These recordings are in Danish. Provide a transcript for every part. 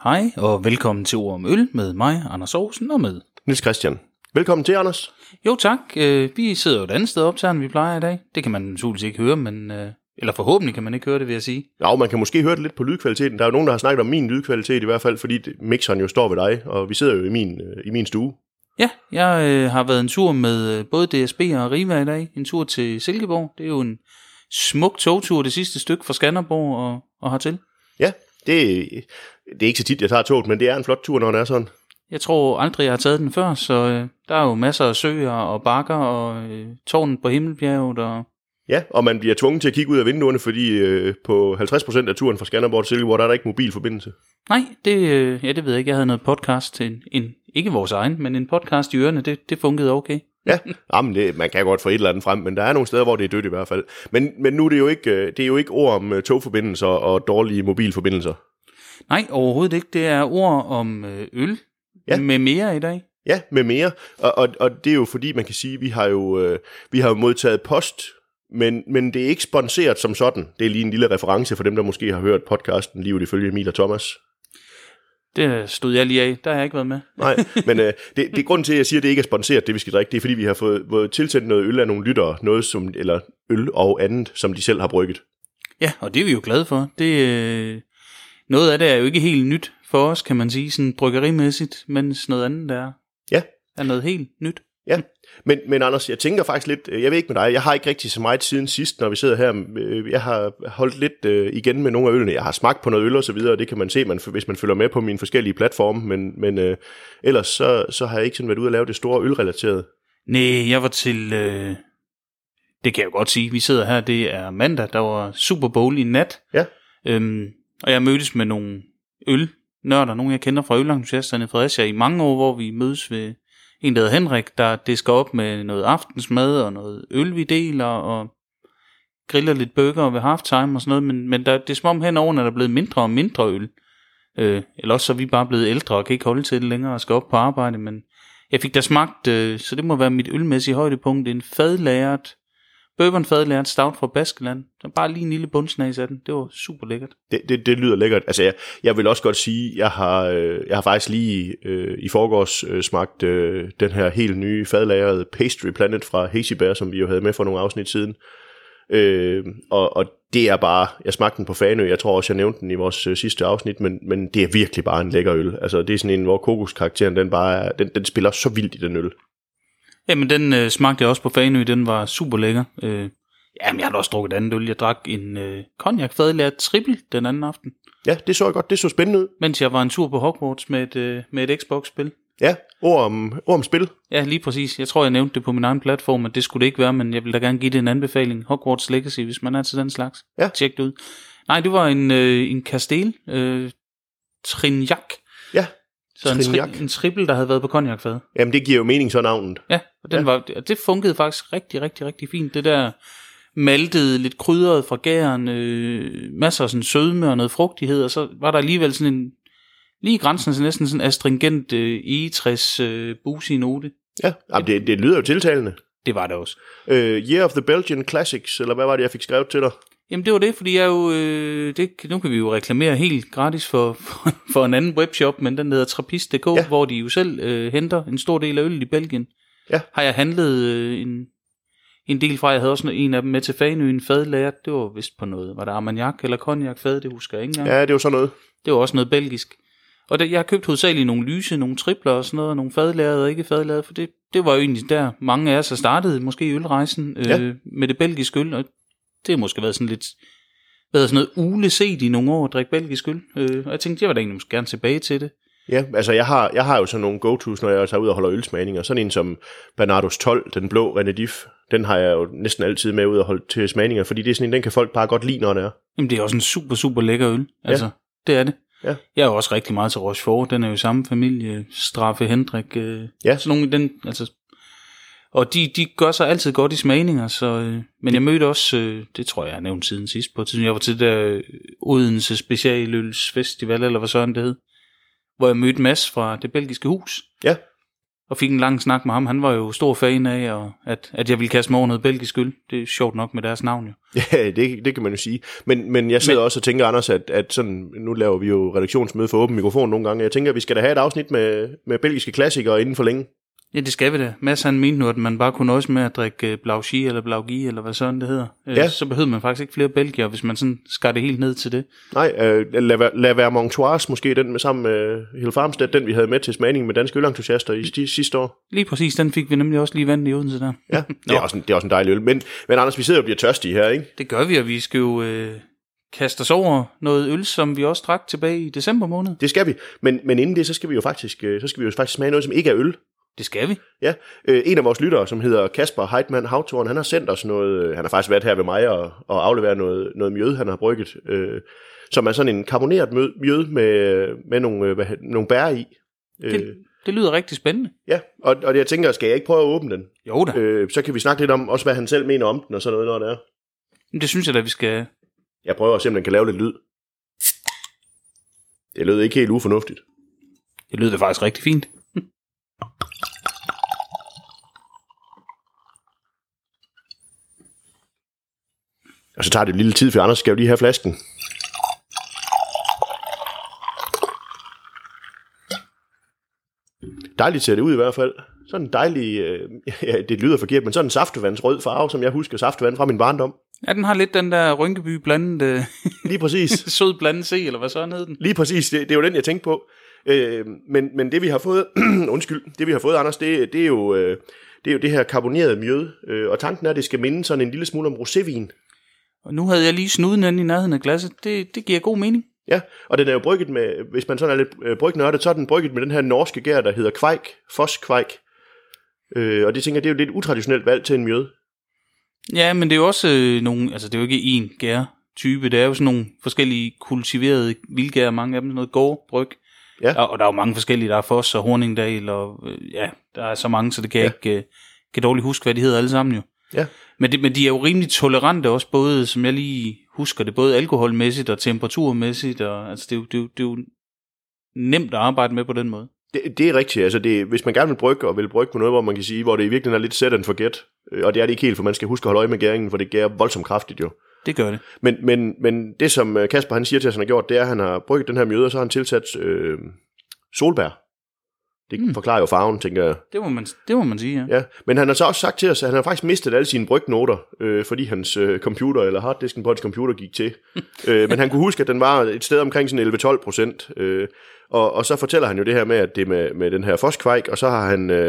Hej og velkommen til Ord om Øl med mig, Anders Aarhusen, og med Niels Christian. Velkommen til, Anders. Jo tak, vi sidder jo et andet sted optaget, end vi plejer i dag. Det kan man naturligvis ikke høre, men eller forhåbentlig kan man ikke høre det, vil jeg sige. Ja, man kan måske høre det lidt på lydkvaliteten. Der er jo nogen, der har snakket om min lydkvalitet i hvert fald, fordi mixeren jo står ved dig, og vi sidder jo i min stue. Ja, jeg har været en tur med både DSB og Arriva i dag. En tur til Silkeborg. Det er jo en smuk togtur, det sidste stykke fra Skanderborg og hertil. Ja, det er ikke så tit, jeg tager toget, men det er en flot tur, når den er sådan. Jeg tror aldrig, jeg har taget den før, så der er jo masser af søer og bakker og tårnet på Himmelbjerget. Og ja, og man bliver tvunget til at kigge ud af vinduerne, fordi på 50% af turen fra Skanderborg til Silkeborg, der er der ikke mobilforbindelse. Nej, det ved jeg ikke. Jeg havde noget podcast til ikke vores egen, men en podcast i ørerne. Det fungerede okay. Ja, jamen man kan godt få et eller andet frem, men der er nogle steder, hvor det er dødt i hvert fald. Men nu er det jo ikke ord om togforbindelser og dårlige mobilforbindelser. Nej, overhovedet ikke. Det er ord om øl med mere i dag. Ja, med mere. Og det er jo fordi, man kan sige, vi har jo modtaget post, men det er ikke sponsoreret som sådan. Det er lige en lille reference for dem, der måske har hørt podcasten Livet ifølge Emil og Thomas. Det stod jeg lige af. Der har jeg ikke været med. Nej, men det er grunden til, at jeg siger, at det ikke er sponsoreret, det vi skal drikke. Det er fordi, vi har fået tilsendt noget øl af nogle lyttere, eller øl og andet, som de selv har brygget. Ja, og det er vi jo glade for. Noget af det er jo ikke helt nyt for os, kan man sige, sådan bryggerimæssigt, mens noget andet er noget helt nyt. Ja, men Anders, jeg tænker faktisk lidt, jeg ved ikke med dig, jeg har ikke rigtig så meget siden sidst, når vi sidder her, jeg har holdt lidt igen med nogle af ølene, jeg har smagt på noget øl og så videre, og det kan man se, hvis man følger med på mine forskellige platforme, men ellers så har jeg ikke sådan været ude at lave det store ølrelaterede. Nej, jeg var til, det kan jeg jo godt sige, vi sidder her, det er mandag, der var Super Bowl i nat, ja. Og jeg mødtes med nogle ølnørder, nogle jeg kender fra Ølentusiasterne i Fredericia i mange år, hvor vi mødes ved en, der hedder Henrik, der disker op med noget aftensmad og noget øl, vi deler, og griller lidt burger ved halftime og sådan noget, men det er som om henover, når der er blevet mindre og mindre øl. Eller også så er vi bare blevet ældre og kan ikke holde til det længere og skal op på arbejde, men jeg fik da smagt, så det må være mit ølmæssige højdepunkt, en bourbon-fadlæret stout fra Baskeland. Der bare lige en lille bundsnags af den. Det var super lækkert. Det lyder lækkert. Altså jeg vil også godt sige, jeg har faktisk lige i forgårs smagt den her helt nye fadlagrede Pastry Planet fra Hazy Bear, som vi jo havde med for nogle afsnit siden. Og det er bare, jeg smagte den på Fanø, jeg tror også jeg nævnte den i vores sidste afsnit, men det er virkelig bare en lækker øl. Altså det er sådan en, hvor kokoskarakteren den spiller så vildt i den øl. Jamen den smagte jeg også på Fanø, den var super lækker. Jamen jeg har også drukket andet øl. Jeg drak en cognac fadlært triple den anden aften. Ja, det så godt, det så spændende ud. Mens jeg var en tur på Hogwarts med et Xbox-spil. Ja, ord om spil. Ja, lige præcis. Jeg tror jeg nævnte det på min egen platform, at det skulle det ikke være, men jeg vil da gerne give det en anbefaling. Hogwarts Legacy, hvis man er til den slags. Ja. Tjek det ud. Nej, det var en Castile Trignac. Ja. Så en triple, der havde været på cognacfad. Jamen det giver jo mening så navnet. Ja, og det fungerede faktisk rigtig, rigtig, rigtig fint. Det der maltede, lidt krydret fra gæren, masser af sådan sødme og noget frugtighed, og så var der alligevel sådan en, lige i grænsen, så næsten sådan en astringent E60 boozy note. Ja, jamen det lyder jo tiltalende. Det var det også. Year of the Belgian Classics, eller hvad var det, jeg fik skrevet til dig? Jamen det var det, fordi jeg jo, nu kan vi jo reklamere helt gratis for en anden webshop, men den hedder Trappist.dk, ja. Hvor de jo selv henter en stor del af øl i Belgien. Ja. Har jeg handlet en del fra, jeg havde også en af dem med til Fanø, en fadlæret, det var vist på noget, var det Armagnac eller Cognac fad, det husker jeg ikke engang. Ja, det var sådan noget. Det var også noget belgisk. Og jeg har købt hovedsageligt nogle lyse, nogle tripler og sådan noget, nogle fadlærede og ikke fadlærede, for det var jo egentlig der mange af os har startet, måske ølrejsen med det belgiske øl, og det har måske været sådan lidt, sådan noget uleset i nogle år at drikke belgisk øl, og jeg tænkte, jeg var da egentlig måske gerne tilbage til det. Ja, altså jeg har jo sådan nogle go-tos, når jeg tager ud og holder ølsmagninger, sådan en som Bernardos 12, den blå René Dif, den har jeg jo næsten altid med ud og holde til smagninger, fordi det er sådan en, den kan folk bare godt lide, når det er. Jamen det er også en super, super lækker øl, altså det er det. Ja. Jeg er jo også rigtig meget til Rochefort, den er jo samme familie, Straffe Hendrik, sådan nogle, den, altså, og de gør sig altid godt i smagninger, så, men jeg mødte også, det tror jeg har nævnt siden sidst på tiden, jeg var til der Odense Specialølsfestival, eller hvad sådan det hed, hvor jeg mødte Mads fra Det Belgiske Hus. Ja. og fik en lang snak med ham. Han var jo stor fan af, at jeg ville kaste mig over noget belgisk øl. Det er sjovt nok med deres navn jo. Ja, det kan man jo sige. Men jeg sidder også og tænker, Anders, at sådan, nu laver vi jo redaktionsmøde for åben mikrofon nogle gange. Jeg tænker, at vi skal da have et afsnit med belgiske klassikere inden for længe. Ja, det skal vi da. Mads han mente nu, at man bare kunne nøjes med at drikke Blaugie eller Blaugie, eller hvad sådan det hedder. Ja. Så behøvede man faktisk ikke flere belgier, hvis man sådan skar det helt ned til det. Nej, La Vermontoise måske, den med sammen med Hill Farmstedt, den vi havde med til smagning med danske ølentusiaster i sidste år. Lige præcis, den fik vi nemlig også lige vandet i Odense der. Ja, det er også en dejlig øl. Men Anders, vi sidder og bliver tørstige her, ikke? Det gør vi, og vi skal jo kaste os over noget øl, som vi også drak tilbage i december måned. Det skal vi, men inden det, så skal vi jo faktisk smage noget, som ikke er øl. Det skal vi. Ja, en af vores lyttere, som hedder Kasper Heitmann Havtorn, han har sendt os noget, han har faktisk været her ved mig og afleveret noget mjød, han har brygget, som er sådan en karboneret mjød med nogle bær i. Det lyder rigtig spændende. Ja, og jeg tænker, skal jeg ikke prøve at åbne den? Jo da. Så kan vi snakke lidt om, også hvad han selv mener om den og sådan noget, når det er. Det synes jeg da, vi skal. Jeg prøver at se, om den kan lave lidt lyd. Det lød ikke helt ufornuftigt. Det lyder faktisk rigtig fint. Og så tager det en lille tid, for Anders skal jo lige have flasken. Dejligt ser det ud i hvert fald. Sådan en dejlig, ja, det lyder forkert, men sådan en saftevandsrød farve, som jeg husker saftevand fra min barndom. Ja, den har lidt den der Rynkeby blandet... Lige præcis. Sød blandet C, eller hvad så hed den? Lige præcis, det er jo den, jeg tænkte på. Men det vi har fået, det vi har fået, Anders, det er jo det her karbonerede mjød, og tanken er, at det skal minde sådan en lille smule om rosévin. Og nu havde jeg lige snuden inde i nærheden af glasset. Det giver god mening. Ja, og den er jo brygget med, hvis man sådan er lidt brygnørdet, så er den brygget med den her norske gær, der hedder kveik, foskveik. Og det tænker jeg, det er jo lidt utraditionelt valg til en mjød. Ja, men det er jo også nogle, altså det er jo ikke én gærtype, det er jo sådan nogle forskellige kultiverede vildgær, mange af dem, sådan noget gårdbryg. Ja. Og der er jo mange forskellige, der er Foss og Horningdal, og ja, der er så mange, så det kan jeg ikke kan dårligt huske, hvad de hedder alle sammen jo. Ja. Men de er jo rimelig tolerante også, både, som jeg lige husker det, både alkoholmæssigt og temperaturmæssigt, og altså det er jo nemt at arbejde med på den måde. Det er rigtigt, altså hvis man gerne vil brygge, og vil brygge på noget, hvor man kan sige, hvor det i virkeligheden er lidt set and forget, og det er det ikke helt, for man skal huske at holde øje med gæringen, for det gærer voldsomt kraftigt jo. Det gør det. Men det, som Kasper han siger til os, han har gjort, det er, at han har brygget den her mjød, og så har han tilsat solbær. Det forklarer jo farven, tænker jeg. Det må man sige, ja. Ja. Men han har så også sagt til os, at han har faktisk mistet alle sine brygnoter, fordi hans computer, eller harddisken på hans computer gik til. Men han kunne huske, at den var et sted omkring sådan 11-12%. Og så fortæller han jo det her med, at det med den her foskveik, og så har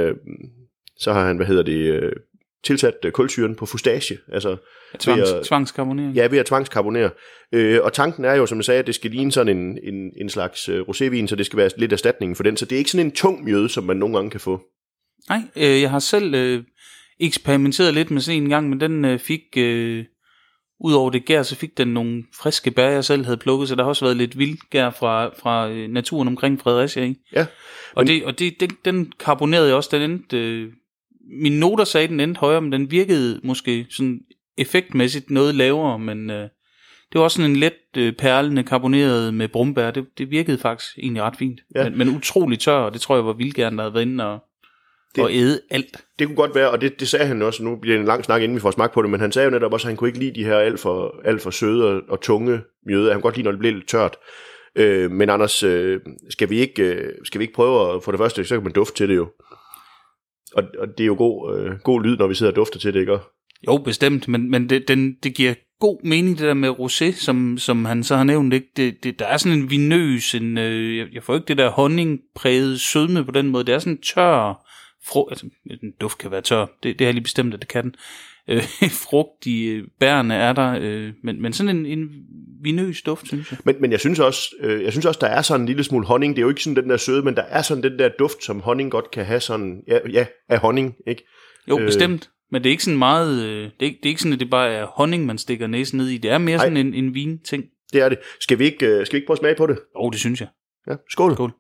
han, tilsat kulsyren på fustage. Altså tvangskarbonering. Ja, ved at tvangskarbonere. Og tanken er jo, som jeg sagde, at det skal ligne sådan en slags rosévin, så det skal være lidt erstatning for den. Så det er ikke sådan en tung mjød, som man nogle gange kan få. Nej, jeg har selv eksperimenteret lidt med sådan en gang, men den fik, udover det gær, så fik den nogle friske bær, jeg selv havde plukket, så der har også været lidt vildgær fra naturen omkring Fredericia i. Ja. Og den karbonerede jeg også, den endte... Mine noter sagde, den endte højere, men den virkede måske sådan effektmæssigt noget lavere, men det var også sådan en let perlende karboneret med brumbær. Det virkede faktisk egentlig ret fint, men utrolig tør, og det tror jeg var vildgæren, der havde været inde og æde alt. Det kunne godt være, og det sagde han også, nu bliver det en lang snak, inden vi får smagt på det, men han sagde jo netop også, at han kunne ikke lide de her alt for søde og tunge mjøder. Han kunne godt lide, når det blev lidt tørt. Men Anders, skal vi ikke prøve at, for det første, så kan man dufte til det jo. Og det er jo god lyd, når vi sidder og dufter til det, ikke? Jo, bestemt, men det giver god mening, det der med rosé, som han så har nævnt. Ikke? Der er sådan en vinøs, jeg får ikke det der honningpræget sødme på den måde. Det er sådan en tør altså en duft kan være tør, det har jeg lige bestemt, at det kan den. Frugt i bærene er der, men sådan en vinøs duft, synes jeg. Men jeg synes også, der er sådan en lille smule honning. Det er jo ikke sådan den der søde, men der er sådan den der duft, som honning godt kan have sådan, af honning, ikke? Jo, bestemt. Men det er ikke sådan meget, det er ikke sådan, at det bare er honning, man stikker næsen ned i. Det er mere sådan en vin-ting. Det er det. Skal vi ikke prøve at smage på det? Jo, det synes jeg. Ja, skål. Skål.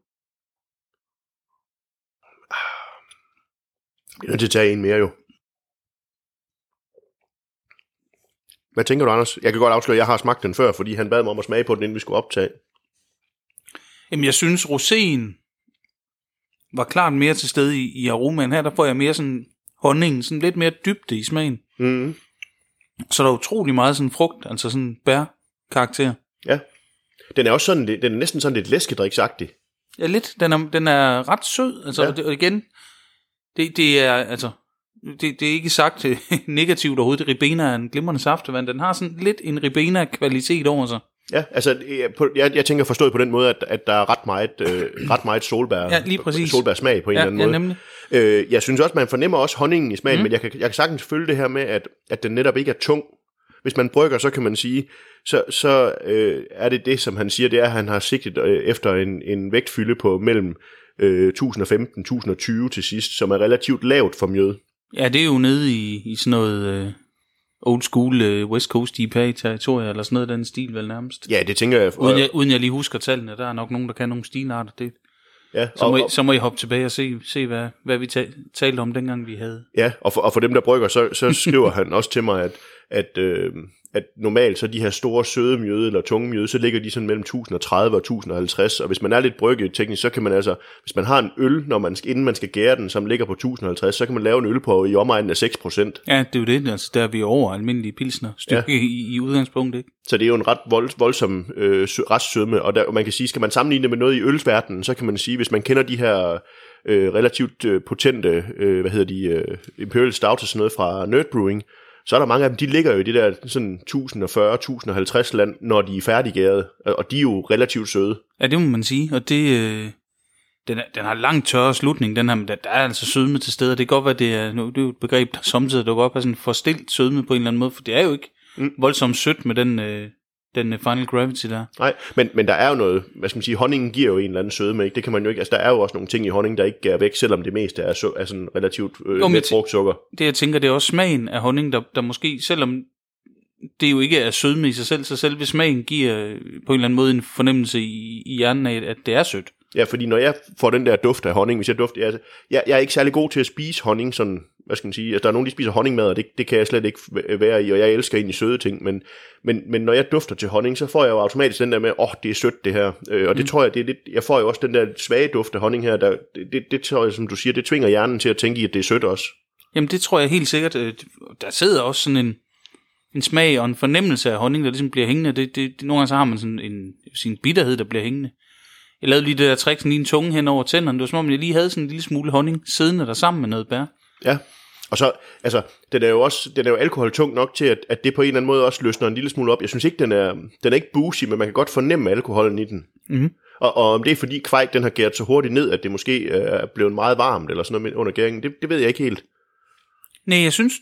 Jeg er nødt til at tage en mere jo. Hvad tænker du, Anders? Jeg kan godt afsløre, at jeg har smagt den før, fordi han bad mig om at smage på den, inden vi skulle optage. Jamen, jeg synes, roséen var klart mere til stede i aromaen. Her der får jeg mere sådan honningen, sådan lidt mere dybde i smagen. Mm. Så der er utrolig meget sådan frugt, altså sådan bær-karakter. Ja. Den er også sådan, den er næsten sådan lidt læskedriksagtig. Ja, lidt. Den er ret sød, altså, og igen, det er, altså, det er ikke sagt negativt overhovedet. Ribena er en glimrende saftevand. Den har sådan lidt en Ribena-kvalitet over sig. Ja, altså, jeg tænker forstået på den måde, at der er ret meget solbærsmag på en eller anden måde. Nemlig. Jeg synes også, man fornemmer også honningen i smagen, men jeg kan sagtens følge det her med, at den netop ikke er tung. Hvis man brygger, så kan man sige, så er det, som han siger, det er, at han har sigtet efter en vægtfylde på mellem 1015-1020 til sidst, som er relativt lavt for mjød. Ja, det er jo nede i sådan noget old school West Coast IPA-territorier, eller sådan noget af den stil vel nærmest. Ja, det tænker jeg. Uden jeg lige husker tallene, der er nok nogen, der kan nogle stilarter. Det. Ja, så må I hoppe tilbage og se hvad vi talte om dengang vi havde. Ja, og for dem der brygger, så skriver han også til mig, at normalt så de her store søde mjøde eller tunge mjøde, så ligger de sådan mellem 1030 og 1050, og hvis man er lidt bryggeteknisk, så kan man altså, hvis man har en øl, inden man skal gære den, som ligger på 1050, så kan man lave en øl på i omegnen af 6%. Ja, det er jo det, altså der er vi over almindelige pilsner stykke i udgangspunktet, ikke? Så det er jo en ret voldsom restsødme, og man kan sige, skal man sammenligne det med noget i ølverdenen, så kan man sige, hvis man kender de her relativt potente, Imperial Stout og sådan noget fra Nerd Brewing, så er der mange af dem, de ligger jo i det der sådan 1040-1050 land, når de er færdiggærede, og de er jo relativt søde. Ja, det må man sige, og det, den har langt tørre slutning, den her, men der er altså sødme til stede, og det kan godt være, det er jo et begreb, der samtidig dukker op af sådan forstilt sødme på en eller anden måde, for det er jo ikke voldsomt sødt med den Final Gravity der. Nej, men der er jo noget, hvad skal man sige, honningen giver jo en eller anden sødme, ikke? Det kan man jo ikke, altså der er jo også nogle ting i honning, der ikke går væk, selvom det meste er sådan relativt let frugtsukker. Det jeg tænker, det er også smagen af honning, der måske, selvom det jo ikke er sødme i sig selv, så selve smagen giver på en eller anden måde en fornemmelse i hjernen af, at det er sødt. Ja, fordi når jeg får den der duft af honning, hvis jeg dufter, jeg er ikke særlig god til at spise honning, sådan, hvad skal man sige, altså der er nogen, der spiser honningmad, og det kan jeg slet ikke være i, og jeg elsker egentlig søde ting, men når jeg dufter til honning, så får jeg jo automatisk den der med, det er sødt det her, og det tror jeg, det er lidt, jeg får jo også den der svage duft af honning her, det tror jeg, som du siger, det tvinger hjernen til at tænke i, at det er sødt også. Jamen det tror jeg helt sikkert, der sidder også sådan en smag og en fornemmelse af honning, der ligesom bliver hængende, nogle gange så har man sådan en bitterhed, der bliver hængende. Jeg lavede lige det der trick, sådan lige en tunge hen over tænderne. Det var som om, jeg lige havde sådan en lille smule honning siddende der sammen med noget bær. Ja, og så, altså, den er jo alkoholtung nok til, at det på en eller anden måde også løsner en lille smule op. Jeg synes ikke, den er ikke boozy, men man kan godt fornemme alkoholen i den. Mm-hmm. Og om det er fordi kvejk, den har gæret så hurtigt ned, at det måske er blevet meget varmt, eller sådan noget under gæringen, det ved jeg ikke helt. Nej, jeg synes,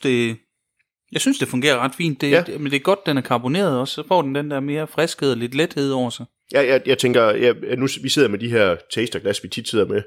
det fungerer ret fint. Men det er godt, den er karboneret også. Så får den der mere friskhed og lidt lethed over sig. Ja, jeg tænker, nu vi sidder med de her tasterglas, vi tit sidder med,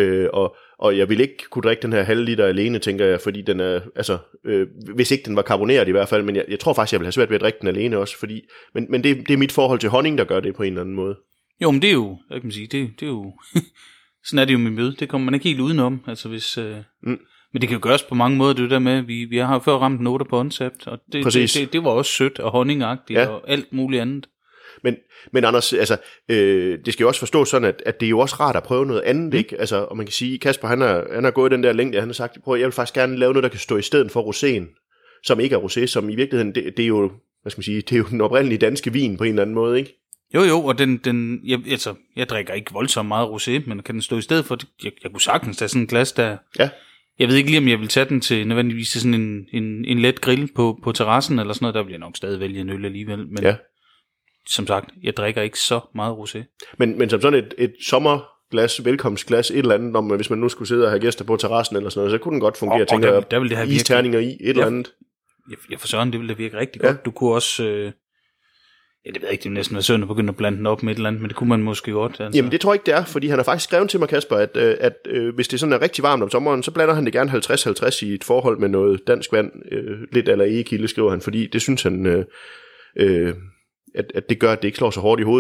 og jeg vil ikke kunne drikke den her halve liter alene, tænker jeg, fordi den er, altså, hvis ikke den var karboneret i hvert fald, men jeg tror faktisk, jeg vil have svært ved at drikke den alene også, fordi, men det er mit forhold til honning, der gør det på en eller anden måde. Jo, men det er jo, jeg kan sige, det er jo, sådan er det jo med mjød, det kommer man ikke helt udenom, altså hvis... Men det kan jo gøres på mange måder, det der med, vi har jo før ramt noter på Untappd, og det var også sødt og honningagtigt, og alt muligt andet. Men Anders, altså, det skal jo også forstås sådan, at det er jo også rart at prøve noget andet, ikke? Altså, og man kan sige, Kasper, han har gået den der længde, han har sagt, jeg vil faktisk gerne lave noget, der kan stå i stedet for roséen, som ikke er rosé, som i virkeligheden, det er jo, hvad skal man sige, det er jo den oprindelige danske vin på en eller anden måde, ikke? Jo, og jeg drikker ikke voldsomt meget rosé, men kan den stå i stedet for, jeg kunne sagtens tage sådan en glas der. Ja. Jeg ved ikke lige, om jeg vil tage den til nødvendigvis til sådan en let grill på terrassen eller sådan noget. Der vil jeg nok stadig vælge en øl alligevel. Men som sagt, jeg drikker ikke så meget rosé. Men som sådan et sommerglas, velkomstglas, et eller andet, hvis man nu skulle sidde og have gæster på terrassen eller sådan noget, så kunne den godt fungere. Der vil det have isterninger i, et eller andet. Jeg for søren, det ville da virke rigtig godt. Du kunne også... det ved jeg ikke, det er næsten være synd at begynde at blande den op med et eller andet, men det kunne man måske godt. Altså. Jamen det tror jeg ikke, det er, fordi han har faktisk skrevet til mig, Kasper, at hvis det sådan er rigtig varmt om sommeren, så blander han det gerne 50-50 i et forhold med noget dansk vand, lidt eller egekilde, skriver han, fordi det synes han, at det gør, at det ikke slår så hårdt i hovedet jo.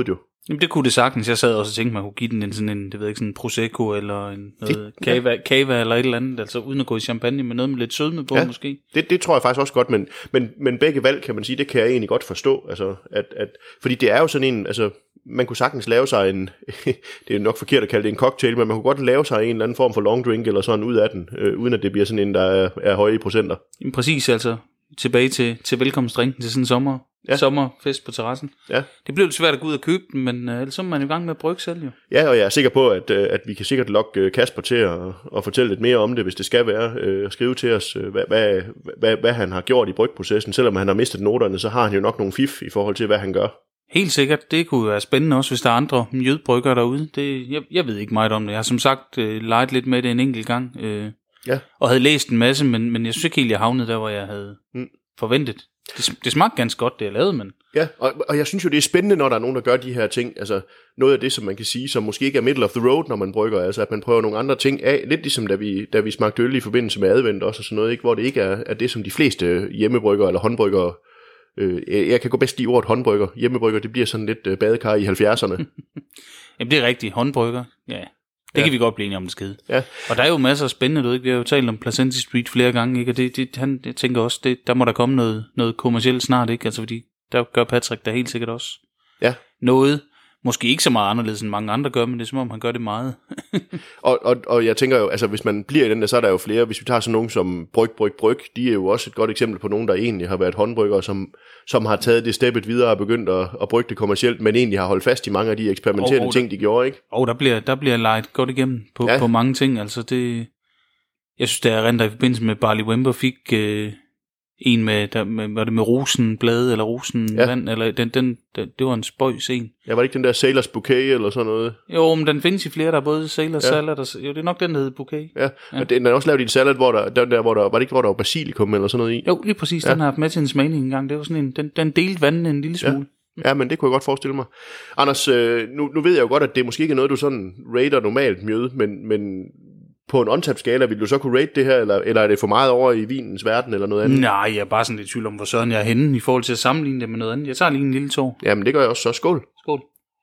Jamen det kunne det sagtens. Jeg sad også og tænkte, man kunne give den sådan en, det ved ikke, sådan en Prosecco eller en noget cava eller et eller andet, altså uden at gå i champagne, men noget med lidt sødme på måske. Det tror jeg faktisk også godt, men begge valg, kan man sige, det kan jeg egentlig godt forstå, altså fordi det er jo sådan en, altså man kunne sagtens lave sig en, det er nok forkert at kalde det en cocktail, men man kunne godt lave sig en eller anden form for long drink eller sådan ud af den, uden at det bliver sådan en, der er høje i procenter. Jamen præcis, altså tilbage til velkomstdrinken til sådan en sommerfest på terrassen. Ja. Det blev lidt svært at gå ud og købe den, men ellers er man i gang med at brygge selv jo. Ja, og jeg er sikker på, at vi kan sikkert lokke Kasper til at fortælle lidt mere om det, hvis det skal være. Skrive til os, hvad han har gjort i brygprocessen. Selvom han har mistet noterne, så har han jo nok nogle fif i forhold til, hvad han gør. Helt sikkert. Det kunne være spændende også, hvis der er andre mjødbryggere derude. Jeg ved ikke meget om det. Jeg har som sagt leget lidt med det en enkelt gang. Og havde læst en masse, men jeg synes ikke helt, jeg havnede der, hvor jeg havde forventet. Det smagte ganske godt, det jeg lavede, men... Ja, og jeg synes jo, det er spændende, når der er nogen, der gør de her ting. Altså, noget af det, som man kan sige, som måske ikke er middle of the road, når man brygger, altså at man prøver nogle andre ting af. Lidt ligesom, da vi smagte øl i forbindelse med advent også, og sådan noget, ikke? Hvor det ikke er det, som de fleste hjemmebrygger eller håndbryggere... jeg kan gå bedst lide ordet håndbrygger. Hjemmebrygger, det bliver sådan lidt badekar i 70'erne. Jamen, det er rigtigt. Håndbrygger, ja. Det kan vi godt blive enige om, det skide. Ja. Og der er jo masser af spændende, ikke? Vi har jo talt om Placentia Street flere gange, ikke? Og jeg tænker også, der må der komme noget kommercielt snart, ikke? Altså, fordi der gør Patrick der helt sikkert også noget. Måske ikke så meget anderledes, end mange andre gør, men det er som om, han gør det meget. og jeg tænker jo, altså hvis man bliver i den der, så er der jo flere. Hvis vi tager sådan nogen som Bryg, de er jo også et godt eksempel på nogen, der egentlig har været håndbryggere, som har taget det steppet videre og begyndt at brygge det kommercielt, men egentlig har holdt fast i mange af de eksperimenterende ting, de gjorde, ikke? Og der bliver leget godt igennem på mange ting. Altså det, jeg synes, det er rent, der i forbindelse med Barley Wimber fik... en var det med rosenblade eller rosenvand, eller det var en spøjs en. Ja, var det ikke den der Sailors Bouquet eller sådan noget? Jo, men den findes i flere, der er både Sailors Salad og... Jo, det er nok den, der hedder Bouquet. Ja, og den er også lavet i en salad, hvor der var basilikum eller sådan noget i? Jo, lige præcis, den har haft med til en smagning engang. Det var sådan en, den delte vandet en lille smule. Ja, men det kunne jeg godt forestille mig. Anders, nu ved jeg jo godt, at det måske ikke er noget, du sådan rater normalt mjød, men på en on-tap-skala, vil du så kunne rate det her, eller er det for meget over i vinens verden, eller noget andet? Nej, jeg er bare sådan lidt i tvivl om, hvor søren jeg er henne, i forhold til at sammenligne det med noget andet. Jeg tager lige en lille tår. Jamen, det gør jeg også, så skål. Skål.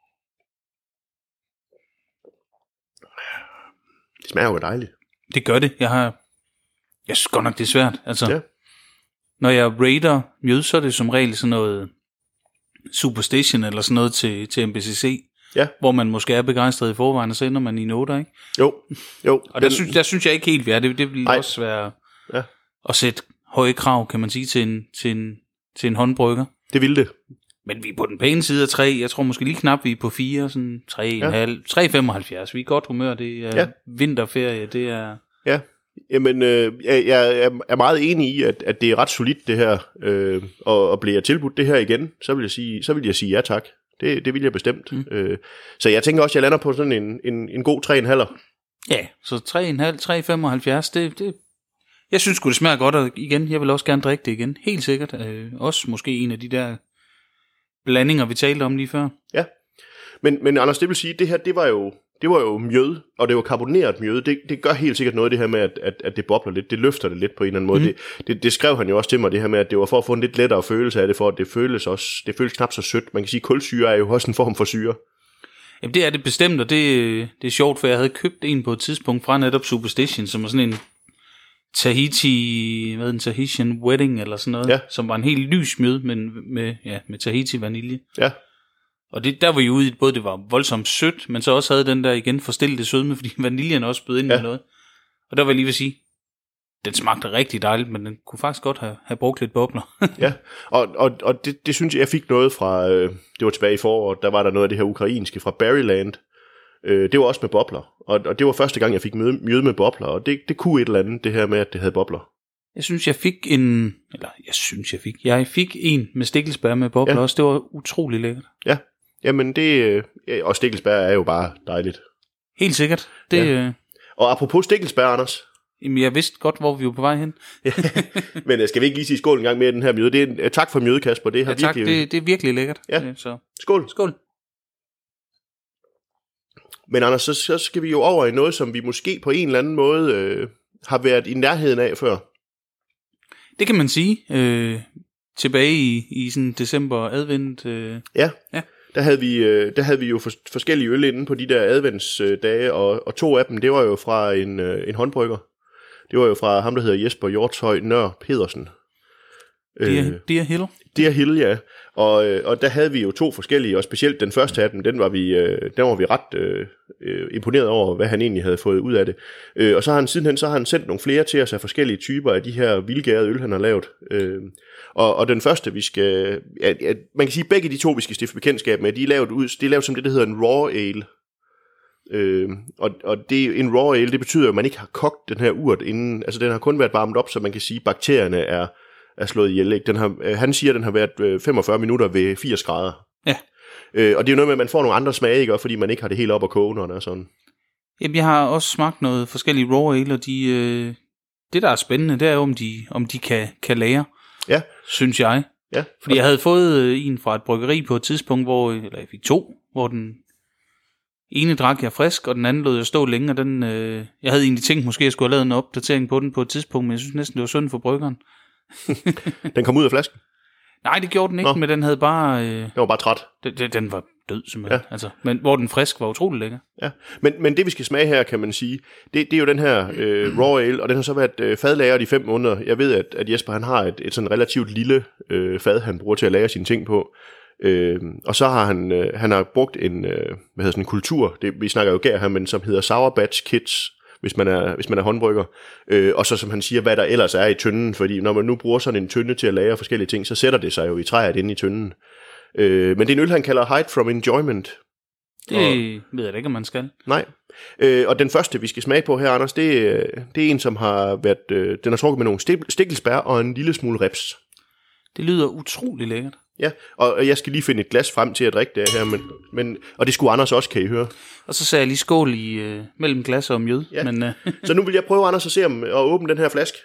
Det smager jo dejligt. Det gør det. Jeg synes godt nok, det er svært. Altså, når jeg rater mjød, så er det som regel sådan noget Superstation, eller sådan noget til MBCC. Ja. Hvor man måske er begejstret i forvejen, og så ender man i noter, ikke? Jo. Og der synes jeg ikke helt, vi er. Det vil også være at sætte høje krav, kan man sige, til en håndbrygger. Det ville det. Men vi er på den pæne side af 3. Jeg tror måske lige knap, vi er på 4, sådan 3,5, 3,75. Vi er i godt humør. Det er vinterferie, det er... Ja. Jamen, jeg er meget enig i, at det er ret solidt, det her. Og bliver jeg tilbudt det her igen, så vil jeg sige ja tak. Det vil jeg bestemt. Så jeg tænker også, at jeg lander på sådan en god 3,5. Ja, så 3,5, 3,75, det jeg synes sgu det smager godt, og igen, jeg vil også gerne drikke det igen. Helt sikkert. Også måske en af de der blandinger, vi talte om lige før. Ja, men Anders, det vil sige, det her, det var jo mjød, og det var karboneret mjød. Det gør helt sikkert noget, det her med, at det bobler lidt. Det løfter det lidt på en eller anden måde. Det skrev han jo også til mig, det her med, at det var for at få en lidt lettere følelse af det, for at det føles knap så sødt. Man kan sige, at kulsyre er jo også en form for syre. Jamen det er det bestemt, og det er sjovt, for jeg havde købt en på et tidspunkt fra netop Superstation, som var sådan en Tahitian wedding eller sådan noget, som var en helt lys mjød, men med Tahiti vanilje. Ja. Og der var jo ude i, både det var voldsomt sødt, men så også havde den der igen forstillede sødme, fordi vaniljen også bød ind med noget. Og der var jeg lige ved at sige, den smagte rigtig dejligt, men den kunne faktisk godt have brugt lidt bobler. Ja, og det synes jeg fik noget fra, det var tilbage i foråret, der var der noget af det her ukrainske fra Berryland. Det var også med bobler, og det var første gang, jeg fik mjød med bobler, og det kunne et eller andet, det her med, at det havde bobler. Jeg fik en med stikkelsbær med bobler også, det var utrolig lækkert. Ja, jamen og stikkelsbær er jo bare dejligt. Helt sikkert. Og apropos stikkelsbær, Anders. Jamen, jeg vidste godt, hvor vi var på vej hen. Men skal vi ikke lige sige skål en gang med den her mjød? Tak for mjød, Kasper. Det har tak, virkelig... det er virkelig lækkert. Ja, så. Skål. Skål. Men Anders, så skal vi jo over i noget, som vi måske på en eller anden måde har været i nærheden af før. Det kan man sige. Tilbage i sådan december advent. Ja. der havde vi jo forskellige øl inde på de der adventsdage, og 2 af dem, det var jo fra en håndbrygger. Det var jo fra ham, der hedder Jesper Hjortshøj Nør Pedersen. Deer Hill? Deer Hill, ja. Og der havde vi jo 2 forskellige, og specielt den første af dem, den var vi ret imponeret over, hvad han egentlig havde fået ud af det. Og så har han sidenhen sendt nogle flere til os af forskellige typer af de her vildgærede øl, han har lavet. Og den første, vi skal... man kan sige, begge de 2, vi skal stifte bekendtskab med, de er lavet som det, der hedder en raw ale. Og en raw ale, det betyder jo, at man ikke har kogt den her urt inden. Altså, den har kun været varmet op, så man kan sige, at bakterierne er slået ihjel. Ikke? Han siger, at den har været 45 minutter ved 80 grader. Ja. Og det er jo noget med, at man får nogle andre smage, ikke? Fordi man ikke har det helt op at koge, når det er sådan. Jamen, jeg har også smagt noget forskellige raw ale, og det, der er spændende, det er jo, om de kan lære, ja. Synes jeg. Ja. Fordi jeg havde fået en fra et bryggeri på et tidspunkt, eller jeg fik 2, hvor den ene drak jeg frisk, og den anden lod jeg stå længe, og den, jeg havde egentlig tænkt, måske jeg skulle have lavet en opdatering på den på et tidspunkt, men jeg synes næsten, det var synd for bryggeren. Den kom ud af flasken? Nej, det gjorde den ikke, men den havde bare... den var bare træt. Den var død, simpelthen. Ja. Altså, men hvor den frisk var utrolig lækker. Ja, men det vi skal smage her, kan man sige, det er jo den her raw ale, og den har så været fadlagret i 5 måneder. Jeg ved, at Jesper han har et sådan relativt lille fad, han bruger til at lagre sine ting på. Og så har han har brugt en kultur, vi snakker jo gær her, men som hedder Sour Batch Kits, hvis man er håndbrygger. Og så som han siger, hvad der ellers er i tønden, fordi når man nu bruger sådan en tønde til at lagre forskellige ting, så sætter det sig jo i træet inde i tønden. Men det er en øl, han kalder Hide from Enjoyment. Det ved jeg da ikke, om man skal. Nej. Og den første, vi skal smage på her, Anders, det er en, som har været... den har trukket med nogle stikkelsbær og en lille smule reps. Det lyder utrolig lækkert. Ja, og jeg skal lige finde et glas frem til at drikke det her, og det skulle Anders også, kan I høre. Og så sagde jeg lige skål i mellem glas og mjød. Ja. Men, Så nu vil jeg prøve, Anders, at se om at åbne den her flaske.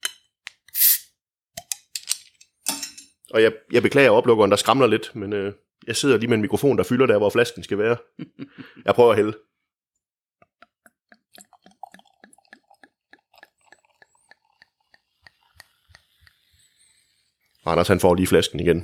Og jeg beklager oplukkeren, der skramler lidt, men jeg sidder lige med en mikrofon, der fylder der, hvor flasken skal være. Jeg prøver at hælde. Og Anders, han får lige flasken igen.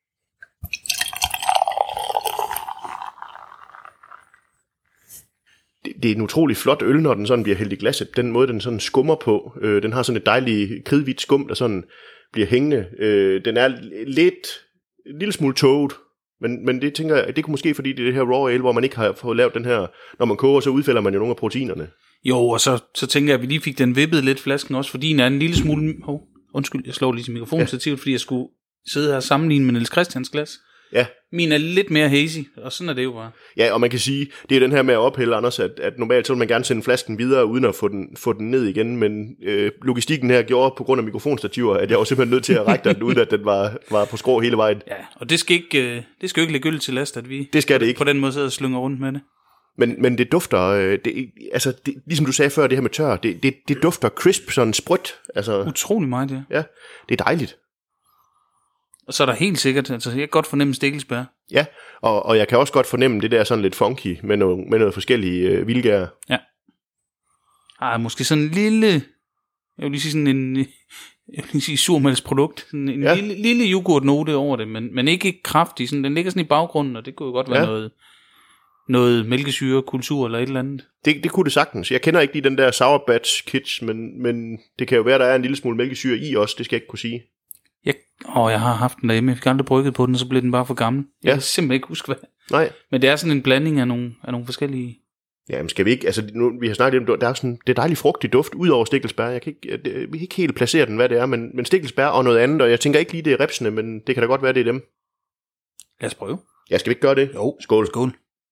Det er en utrolig flot øl, når den sådan bliver hældt i glasset. Den måde, den sådan skummer på. Den har sådan et dejligt kridhvidt skum, der sådan bliver hængende. Den er en lille smule tåget. Men det tænker jeg, det kunne måske fordi det er det her raw ale, hvor man ikke har fået lavet den her, når man koger, så udfælder man jo nogle af proteinerne. Jo, og så tænker jeg, at vi lige fik den vippet lidt flasken også, fordi den er en lille smule... Undskyld, jeg slår lige til mikrofonstativet, fordi jeg skulle sidde her og sammenligne med Niels Christians glas. Ja. Min er lidt mere hazy, og sådan er det jo bare. Ja, og man kan sige, det er den her med at ophælde, Anders, at normalt så vil man gerne sende flasken videre, uden at få den ned igen, men logistikken her gjorde på grund af mikrofonstativer, at jeg var simpelthen nødt til at række den, uden at den var på skrå hele vejen. Ja, og det skal jo ikke lægge øl til last, at vi det skal det ikke. På den måde sidder og slynger rundt med det. Men det dufter, ligesom du sagde før, det her med tør, det dufter crisp, sådan sprødt. Altså, utrolig meget, ja. Ja, det er dejligt. Og så er der helt sikkert, altså jeg kan godt fornemme stikkelsbær. Ja, og jeg kan også godt fornemme det der sådan lidt funky, med noget forskellige vildgær. Ja. Måske sådan en lille, jeg vil lige sige surmælksprodukt, sådan en lille yoghurtnote over det, men ikke kraftig, sådan, den ligger sådan i baggrunden, og det kunne jo godt være noget mælkesyrekultur eller et eller andet. Det kunne det sagtens. Jeg kender ikke lige den der Sour Batch Kits, men det kan jo være, der er en lille smule mælkesyre i også, det skal jeg ikke kunne sige. Jeg har haft den derhjemme, jeg fik aldrig brygget på den, og så blev den bare for gammel. Jeg kan simpelthen ikke huske, hvad. Nej. Men det er sådan en blanding af nogle forskellige... Ja, men skal vi ikke, altså nu, vi har snakket om, der er sådan, det er dejligt frugtig duft, ud over stikkelsbær. Vi kan ikke helt placere den, hvad det er, men stikkelsbær og noget andet, og jeg tænker ikke lige, det er repsene, men det kan da godt være, det er dem. Lad os prøve. Ja, skal vi ikke gøre det? Jo. Skål. Skål.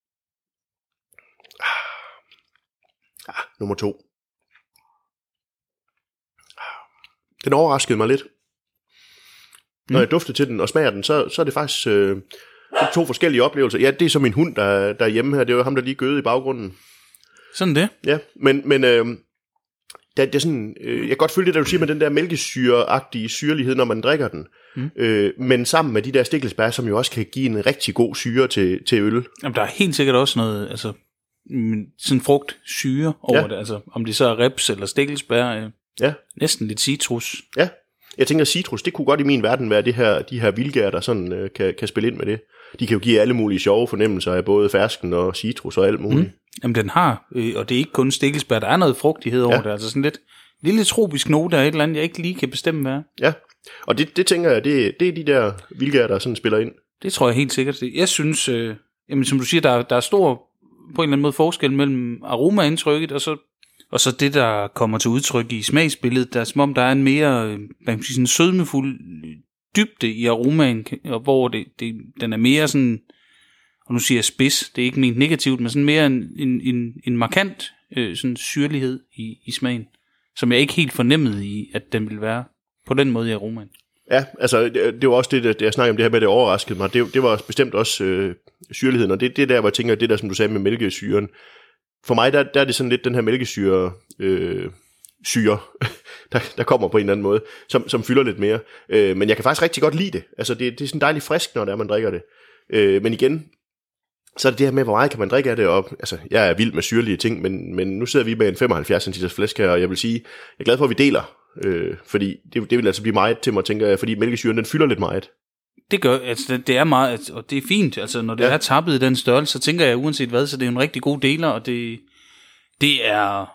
Nummer 2. Den overraskede mig lidt. Når jeg dufter til den og smager den, så er det faktisk 2 forskellige oplevelser. Ja, det er så min hund, der er hjemme her. Det er jo ham, der lige gøede i baggrunden. Sådan det? Ja, men det er sådan, jeg kan godt følge det, der du siger med den der mælkesyreagtige syrlighed, når man drikker den. Men sammen med de der stikkelsbær, som jo også kan give en rigtig god syre til øl. Jamen, der er helt sikkert også noget, altså sådan frugtsyre over det. Altså, om det så er reps eller stikkelsbær. Næsten lidt citrus. Ja. Jeg tænker, citrus, det kunne godt i min verden være de her vildgær, der sådan kan spille ind med det. de kan jo give alle mulige sjove fornemmelser af både fersken og citrus og alt muligt. Jamen den har, og det er ikke kun stikkelsbær, der er noget frugtighed over det, altså sådan lidt lille tropisk note af et eller andet, jeg ikke lige kan bestemme, hvad. Ja, og det tænker jeg, det er de der vildgær, der sådan spiller ind. Det tror jeg helt sikkert. Jeg synes, jamen, som du siger, der er stor på en eller anden måde forskel mellem aromaindtrykket og så det, der kommer til udtryk i smagsbilledet. Der er som om, der er en mere man kan sige, sådan sødmefuld dybde i aromaen, hvor den er mere sådan, og nu siger jeg spids, det er ikke ment negativt, men sådan mere en markant sådan syrlighed i smagen, som jeg ikke helt fornemmede i, at den ville være på den måde i aromaen. Ja, altså det var også det, jeg snakkede om det her med, det overraskede mig. Det var bestemt også syrligheden, og det der, hvor jeg tænker, det der, som du sagde med mælkesyren. For mig, der er det sådan lidt den her mælkesyre, syre, der kommer på en eller anden måde, som fylder lidt mere. Men jeg kan faktisk rigtig godt lide det. Altså det er sådan dejligt frisk, når det er, man drikker det. Men igen, så er det her med, hvor meget kan man drikke af det op. Altså, jeg er vild med syrlige ting, men nu sidder vi med en 75 cm flæsk her, og jeg vil sige, jeg er glad for, at vi deler. Fordi det vil altså blive meget til mig, tænker jeg, fordi mælkesyren, den fylder lidt meget. Det gør, altså det er meget, og det er fint, altså når det er tappet i den størrelse, så tænker jeg uanset hvad, så det er en rigtig god deler, og det er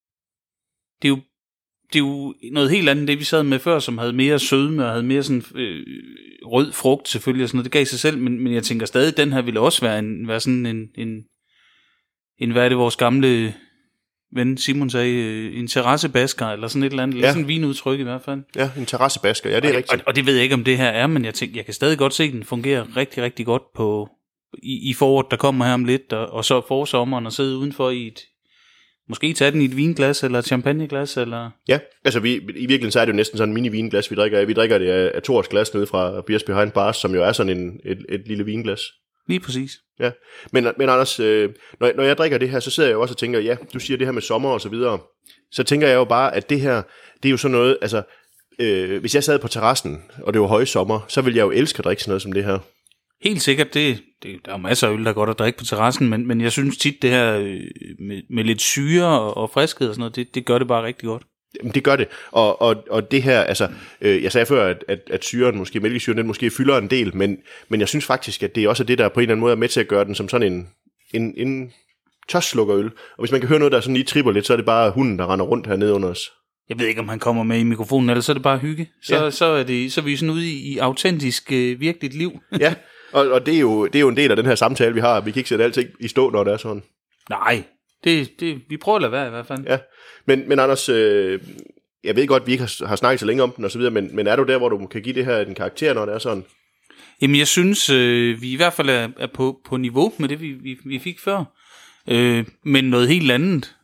jo noget helt andet, det vi sad med før, som havde mere sødme, og havde mere sådan rød frugt selvfølgelig, og sådan noget, det gav sig selv, men jeg tænker stadig, den her ville også være sådan en hvad er det, vores gamle ven Simon sagde, en terrassebasker, eller sådan et eller andet, sådan en vinudtryk i hvert fald. Ja, en terrassebasker, ja, det er rigtigt. Og det ved jeg ikke, om det her er, men jeg tænker, jeg kan stadig godt se, at den fungerer rigtig, rigtig godt i foråret, der kommer her om lidt, og så forsommeren, og sidde udenfor i et, måske tage den i et vinglas, eller et champagneglas, eller... Ja, altså i virkeligheden så er det jo næsten sådan en mini-vinglas, vi drikker af. Vi drikker det af Thors glas nede fra Beers Behind Bars, som jo er sådan et lille vinglas. Lige præcis. Ja, men Anders, når jeg drikker det her, så sidder jeg jo også og tænker, ja, du siger det her med sommer og så videre, så tænker jeg jo bare, at det her, det er jo sådan noget, altså, hvis jeg sad på terrassen, og det var højsommer, så ville jeg jo elske at drikke sådan noget som det her. Helt sikkert, der er masser af øl, der er godt at drikke på terrassen, men jeg synes tit, det her med lidt syre og friskhed og sådan noget, det gør det bare rigtig godt. Jamen, det gør det, og det her, altså, jeg sagde før, at syren, måske mælkesyren, den måske fylder en del, men jeg synes faktisk, at det er også det, der på en eller anden måde er med til at gøre den som sådan en tørstslukker øl. Og hvis man kan høre noget, der sådan lige tripper lidt, så er det bare hunden, der render rundt hernede under os. Jeg ved ikke, om han kommer med i mikrofonen, eller så er det bare hygge. Så er vi sådan ude i autentisk, virkeligt liv. Ja, og det er jo en del af den her samtale, vi har. Vi kan ikke sætte alting i stå, når det er sådan. Nej, vi prøver at lade være i hvert fald. Ja, men Anders, jeg ved godt, vi ikke har snakket så længe om den og så videre, men er du der, hvor du kan give det her en karakter, når det er sådan? Jamen, jeg synes, vi i hvert fald er på niveau med det, vi fik før. Men noget helt andet.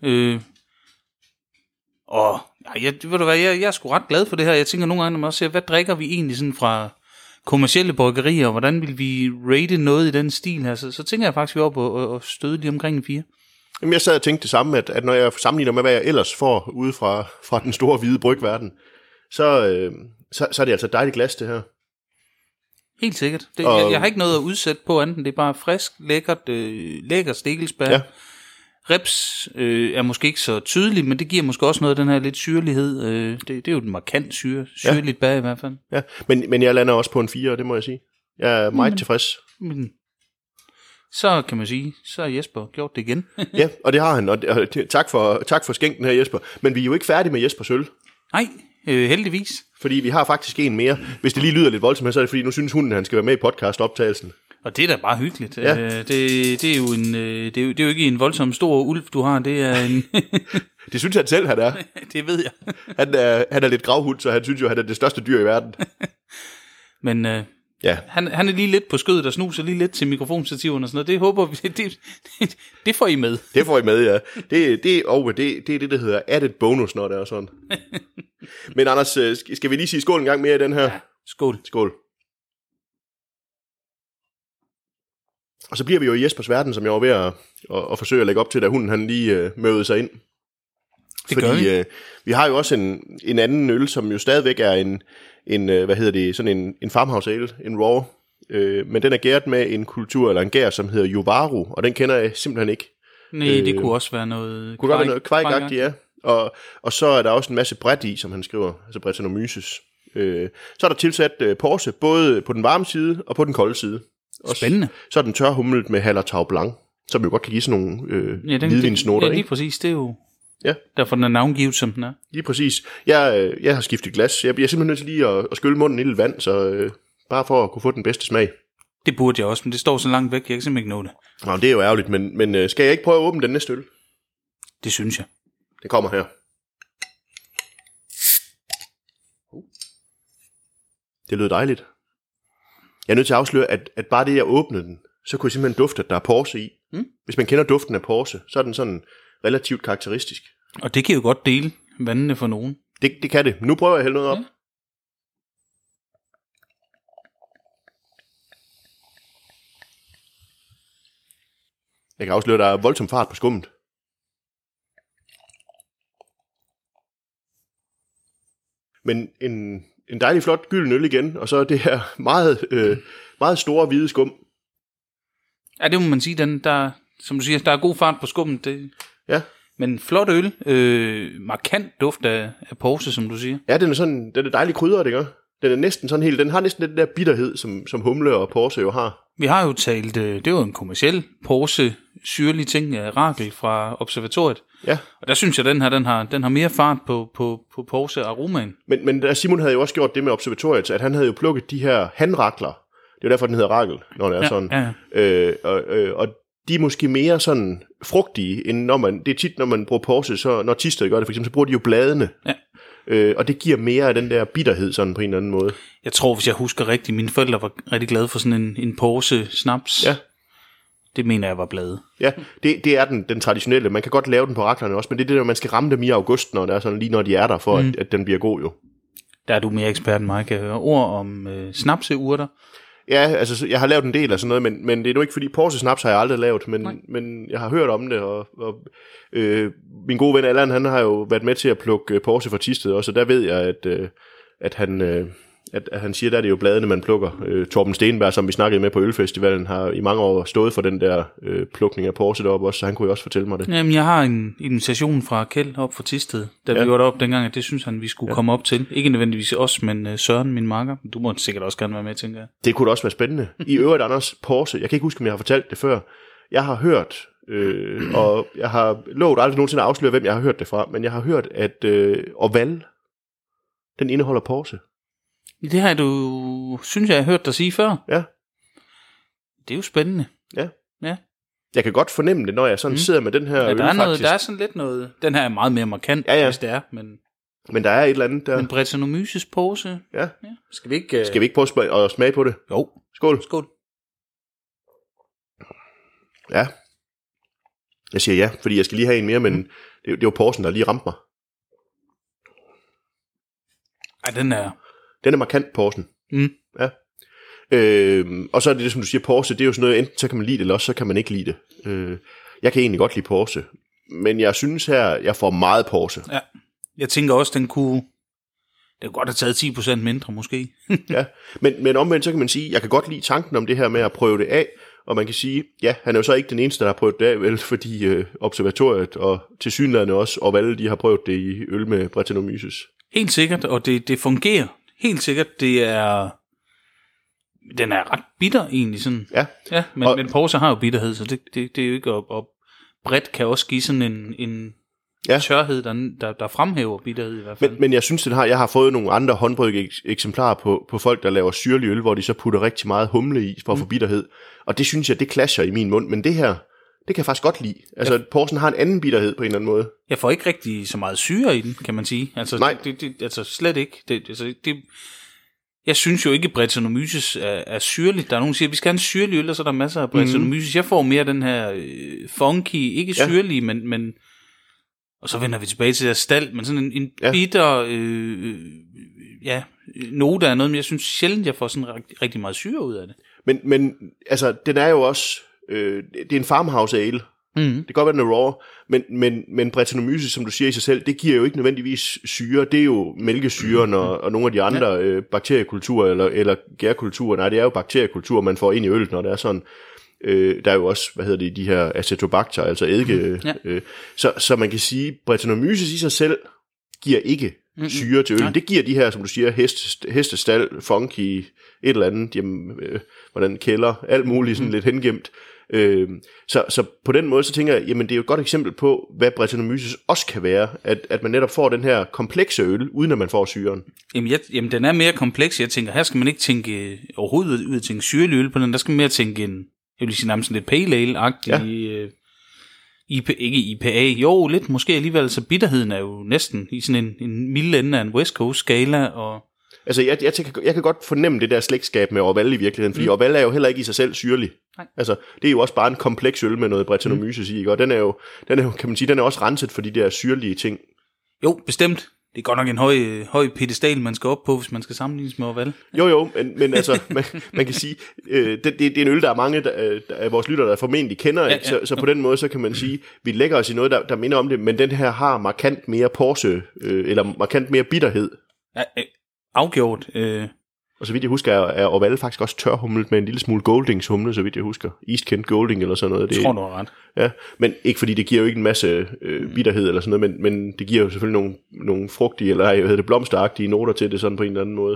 Ved du hvad, jeg er sgu ret glad for det her. Jeg tænker nogle gange, når man også ser, hvad drikker vi egentlig sådan fra kommercielle bryggerier, og hvordan vil vi rate noget i den stil her? Så tænker jeg faktisk, vi er oppe og støde lige omkring en 4. Jamen, jeg sad og tænkte det samme, at når jeg sammenligner med, hvad jeg ellers får ude fra den store hvide brygverden, så er det altså et dejligt glas, det her. Helt sikkert. Jeg har ikke noget at udsætte på andet, det er bare frisk, lækker stikkelsbær. Ja. Reps er måske ikke så tydelig, men det giver måske også noget af den her lidt syrlighed. Det er jo den markant syrligt bær i hvert fald. Ja, men jeg lander også på en 4, det må jeg sige. Jeg er meget tilfreds. Så kan man sige, så har Jesper gjort det igen. Ja, og det har han, og tak for skænken her, Jesper. Men vi er jo ikke færdige med Jespers øl. Nej, heldigvis. Fordi vi har faktisk en mere. Hvis det lige lyder lidt voldsomt, så er det fordi, nu synes hunden, han skal være med i podcastoptagelsen. Og det er da bare hyggeligt. Ja. Det er jo ikke en voldsom stor ulv, du har. Det er en... Det synes han selv, han er. Det ved jeg. Han er lidt gravhund, så han synes jo, han er det største dyr i verden. Men han er lige lidt på skødet og snuser lige lidt til mikrofonstativerne og sådan noget. Det håber vi, det får I med. Det får I med, ja. Det er det, der hedder added bonus, når det er sådan. Men Anders, skal vi lige sige skål en gang mere i den her? Ja, skål. Skål. Og så bliver vi jo i Jespers verden, som jeg var ved at forsøge at lægge op til, da hunden han lige mødede sig ind. Fordi vi har jo også en anden øl, som jo stadigvæk er en farmhouse ale, en raw. Men den er gæret med en kultur, eller en gær, som hedder Jovaru, og den kender jeg simpelthen ikke. Nej, det kunne også være noget... Kunne godt være noget kvægagtigt, ja. Og så er der også en masse bræt i, som han skriver, altså Brettanomyces. Så er der tilsat porse, både på den varme side og på den kolde side. Spændende. Så er den tørhumlet med Hallertau Blanc, som jo godt kan give sådan nogle hvidvinsnoter. Ja, lige præcis. Det er jo derfor, den er navngivet, som den er. Lige præcis. Jeg har skiftet glas. Jeg bliver simpelthen nødt til lige at skylle munden i lidt vand, så bare for at kunne få den bedste smag. Det burde jeg også, men det står så langt væk, jeg kan simpelthen ikke nå det. Nå, det er jo ærgerligt, men skal jeg ikke prøve at åbne den næste øl? Det synes jeg. Det kommer her. Det lød dejligt. Jeg er nødt til at afsløre, at bare det, jeg åbnede den, så kunne jeg simpelthen dufte, at der er porse i. Hvis man kender duften af porse, så er den sådan relativt karakteristisk. Og det kan jo godt dele vandene for nogen. Det kan det. Nu prøver jeg at hælde noget op. Ja. Jeg kan afsløre, at der er voldsom fart på skummet. Men en dejlig flot gylden øl igen, og så det her meget store hvide skum. Ja, det må man sige. Der, som du siger, der er god fart på skummet. Det... Ja. Men flot øl. Markant duft af porse, som du siger. Ja, den er dejlig krydret, ikke? Den er næsten sådan helt, den har næsten den der bitterhed, som humle og porse jo har. Vi har jo talt, det var en kommerciel porse, syrlig ting af Ragel fra Observatoriet. Ja. Og der synes jeg, den har mere fart på porse aromaen. Men Simon havde jo også gjort det med Observatoriet, at han havde jo plukket de her hanrakler. Det er jo derfor, den hedder Ragel, når det er sådan. Ja. Og de er måske mere sådan frugtige, end når man, det er tit, når man bruger porse, så når Thisted gør det for eksempel, så bruger de jo bladene. Ja. Og det giver mere af den der bitterhed sådan på en eller anden måde. Jeg tror, hvis jeg husker rigtigt, mine forældre var rigtig glade for sådan en porse snaps. Ja. Det mener jeg var blade. Ja, det er den traditionelle. Man kan godt lave den på raklerne også, men det er det der, man skal ramme dem i august, når det er sådan, lige når de er der, for at den bliver god jo. Der er du mere ekspert end mig, kan jeg høre. Ord om snapseurter. Ja, altså jeg har lavet en del af sådan noget, men det er nu ikke fordi porse snaps har jeg aldrig lavet, men jeg har hørt om det, og min gode ven Allan, han har jo været med til at plukke porse fra Thisted også, og der ved jeg, at han siger, der er det jo bladene, man plukker. Torben Stenberg, som vi snakkede med på Ølfestivalen, har i mange år stået for den der plukning af porse deroppe også, så han kunne jo også fortælle mig det. Jamen, jeg har en invitation fra Kjeld op fra Thisted, da vi gjorde det op dengang, at det synes han, vi skulle komme op til. Ikke nødvendigvis os, men Søren, min makker. Du må sikkert også gerne være med, tænker jeg. Det kunne da også være spændende. I øvrigt, Anders, porse, jeg kan ikke huske, om jeg har fortalt det før. Jeg har hørt, og jeg har lovet aldrig nogensinde at afsløre, hvem jeg har hørt det fra, men jeg har hørt, at Orval, den indeholder porse. Det har du, synes jeg har hørt dig sige før. Ja. Det er jo spændende. Ja. Jeg kan godt fornemme det, når jeg sådan sidder med den her øl, der er sådan lidt noget. Den her er meget mere markant, hvis det er. Men der er et eller andet der. Men Brettanomyces pose. Ja. Skal vi ikke prøve at smage på det? Jo. Skål. Skål. Ja. Jeg siger ja, fordi jeg skal lige have en mere, men det var porsen, der lige ramte mig. Ej, den er markant, porsen. Ja. Og så er det som du siger, porse, det er jo sådan noget, enten så kan man lide det, eller også så kan man ikke lide det. Jeg kan egentlig godt lide porse, men jeg synes her, jeg får meget porse. Ja, jeg tænker også, den kunne godt have taget 10% mindre måske. Ja, men omvendt så kan man sige, jeg kan godt lide tanken om det her med at prøve det af, og man kan sige, ja, han er jo så ikke den eneste, der har prøvet det af, vel, fordi Observatoriet og tilsyneladende også, og alle de har prøvet det i øl med Brettanomyces. Helt sikkert, og det fungerer. Helt sikkert, den er ret bitter egentlig sådan. Ja, men porse har jo bitterhed, så det er jo ikke, og bredt kan også give sådan en tørhed, der fremhæver bitterhed i hvert fald. Men jeg synes, jeg har fået nogle andre håndbrygge eksemplarer på folk, der laver syrlig øl, hvor de så putter rigtig meget humle i for at få bitterhed. Og det synes jeg, det clasher i min mund, men det her, det kan jeg faktisk godt lide. Altså, porsen har en anden bitterhed på en eller anden måde. Jeg får ikke rigtig så meget syre i den, kan man sige. Altså, nej. Altså slet ikke. Jeg synes jo ikke, at Brettanomyces er syrligt. Der er nogen, der siger, at vi skal have en syrlig øl, og så er der masser af Brettanomyces. Jeg får mere den her funky, ikke syrlige, men og så vender vi tilbage til der stald, men sådan en bitter note af noget, men jeg synes sjældent, jeg får sådan rigtig meget syre ud af det. Men altså, den er jo også, det er en farmhouse ale. Det kan godt være, den er raw, men Brettanomyces, som du siger i sig selv, det giver jo ikke nødvendigvis syre. Det er jo mælkesyren og nogle af de andre bakteriekulturer eller gærkulturer. Nej, det er jo bakteriekulturer, man får ind i øl, når det er sådan. Der er jo også, de her acetobacter, altså eddike. Så man kan sige, Brettanomyces i sig selv giver ikke syre til øl. Det giver de her, som du siger, hestestal, funky, et eller andet, jamen, hvordan kælder, alt muligt sådan lidt hengemt. Så på den måde, så tænker jeg, jamen det er jo et godt eksempel på, hvad Brettanomyces også kan være, at man netop får den her komplekse øl, uden at man får syren. Jamen den er mere kompleks. Jeg tænker, her skal man ikke tænke overhovedet ud at tænke syrlig øl på den, der skal man mere tænke en, jeg vil sige nærmest sådan lidt pale ale-agtig, ikke IPA, jo lidt måske alligevel, så bitterheden er jo næsten i sådan en mild ende af en West Coast skala, og altså, jeg kan godt fornemme det der slægtskab med Orval i virkeligheden, fordi Orval er jo heller ikke i sig selv syrlig. Nej. Altså, det er jo også bare en kompleks øl med noget Brettanomyces i, ikke? Og den er jo, kan man sige, den er også renset for de der syrlige ting. Jo, bestemt. Det er godt nok en høj pedestal, man skal op på, hvis man skal sammenlignes med Orval. Jo, men altså, man kan sige, det er en øl, der er mange af vores lyttere, der formentlig kender, ikke? Så på den måde, så kan man sige, vi lægger os i noget, der minder om det, men den her har markant mere porse, eller markant mere bitterhed. Ja, afgjort. Og så vidt jeg husker, er Orval faktisk også tørhumlet med en lille smule Goldings humle, så vidt jeg husker. East Kent Golding eller sådan noget. Det tror du er ret. Ja, men ikke fordi det giver jo ikke en masse bitterhed eller sådan noget, men det giver jo selvfølgelig nogle frugtige, eller jeg hedder det blomsteragtige noter til det sådan på en eller anden måde.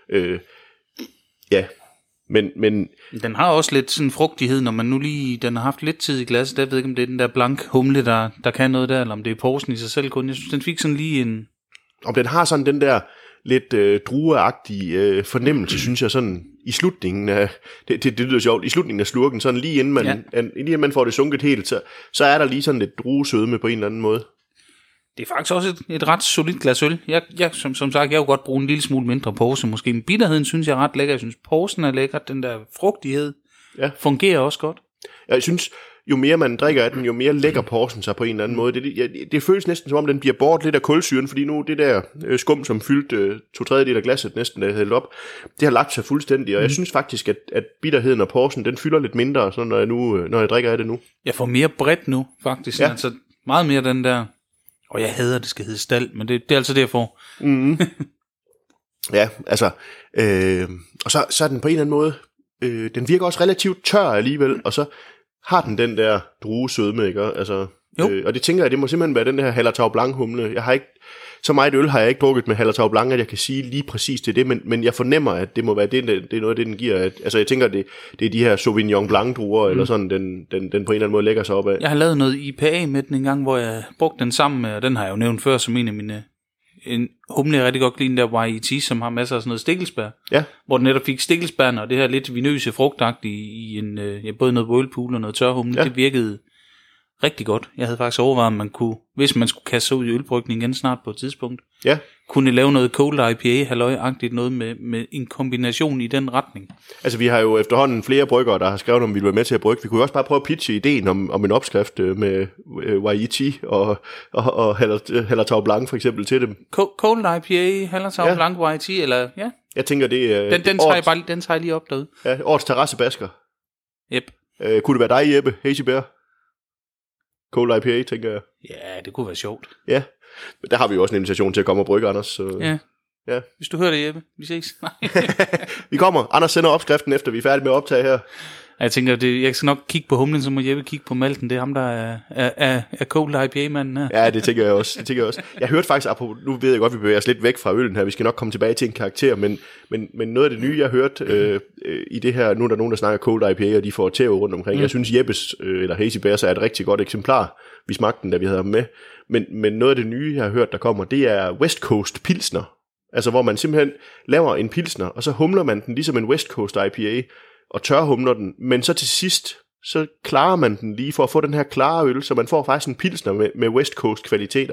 Ja, men den har også lidt sådan frugtighed, når man nu lige, den har haft lidt tid i glasset, der ved ikke, om det er den der blank humle, der kan noget der, eller om det er porsen i sig selv kun. Jeg synes, den fik sådan lige en... Om den har sådan den der lidt drueagtige fornemmelse, synes jeg, sådan i slutningen af, det lyder sjovt, i slutningen af slurken, sådan lige inden man får det sunket helt, så er der lige sådan lidt druesødme på en eller anden måde. Det er faktisk også et ret solidt glas øl. Jeg som sagt, jeg kunne godt bruge en lille smule mindre pose, måske, men bitterheden synes jeg er ret lækker. Jeg synes, posen er lækker, den der frugtighed fungerer også godt. Jeg synes, jo mere man drikker af den, jo mere lækker porsen sig på en eller anden måde. Det føles næsten som om, den bliver bort lidt af kulsyren, fordi nu det der skum, som fyldte 2/3 af glasset næsten, der er hældt op, det har lagt sig fuldstændig, og jeg synes faktisk, at bitterheden og porsen, den fylder lidt mindre, så når jeg drikker af det nu. Jeg får mere bredt nu, faktisk. Ja. Altså meget mere den der, og jeg hader, det skal hedde stald, men det er altså det, jeg får. Mm. Ja, altså, og så er den på en eller anden måde, den virker også relativt tør alligevel, og så har den der druesødme, ikke? Altså, og det tænker jeg, det må simpelthen være den her Hallertau Blanc humle. Jeg har ikke, så meget øl har jeg ikke drukket med Hallertau Blanc, at jeg kan sige lige præcis det, men jeg fornemmer, at det må være det er noget af det, den giver. Altså jeg tænker, det er de her Sauvignon Blanc druer, eller sådan, den på en eller anden måde lægger sig op af. Jeg har lavet noget IPA med den en gang, hvor jeg brugte den sammen med, og den har jeg jo nævnt før, som en af mine humle, jeg rigtig godt kan lide, der YET, som har masser af sådan noget stikkelsbær. Ja. Hvor den netop fik stikkelsbærne, og det her lidt vinøse frugtagtige i en, både noget whirlpool og noget tørhumle. Ja. Det virkede rigtig godt. Jeg havde faktisk overvejet, at man kunne, hvis man skulle kaste sig ud i ølbrygning igen snart på et tidspunkt, kunne lave noget cold IPA, halløj-agtigt noget med en kombination i den retning. Altså vi har jo efterhånden flere bryggere, der har skrevet, om vi vil være med til at brygge. Vi kunne jo også bare prøve at pitche ideen om en opskrift med YET og Hallertau Blanc for eksempel til dem. Cold IPA, Hallertau Blanc, YET, eller ja. Jeg tænker, det er... Den tager jeg lige op derude. Ja, årets terrassebasker. Yep. Kunne det være dig, Jeppe, Hazy Bear? Cold IPA, tænker jeg. Ja, det kunne være sjovt. Ja, men der har vi jo også en invitation til at komme og brygge, Anders. Så... Ja. Hvis du hører det, Jeppe, vi ses. Vi kommer. Anders sender opskriften, efter vi er færdige med at optage her. Jeg tænker, jeg skal nok kigge på humlen, så må Jeppe kigge på malten. Det er ham, der er cold IPA-manden her. Ja, det tænker jeg også. Jeg hørte faktisk, nu ved jeg godt, vi bevæger os lidt væk fra øllen her. Vi skal nok komme tilbage til en karakter, men noget af det nye, jeg hørte i det her, nu er der nogen, der snakker cold IPA, og de får tæv rundt omkring. Jeg synes, Jeppes, eller Hazy Bears, er et rigtig godt eksemplar. Vi smagte den, da vi havde ham med. Men noget af det nye, jeg har hørt, der kommer, det er West Coast Pilsner. Altså, hvor man simpelthen laver en pilsner, og så humler man den ligesom en West Coast IPA, og tørhumler den, men så til sidst, så klarer man den lige for at få den her klare øl, så man får faktisk en pilsner med West Coast kvaliteter.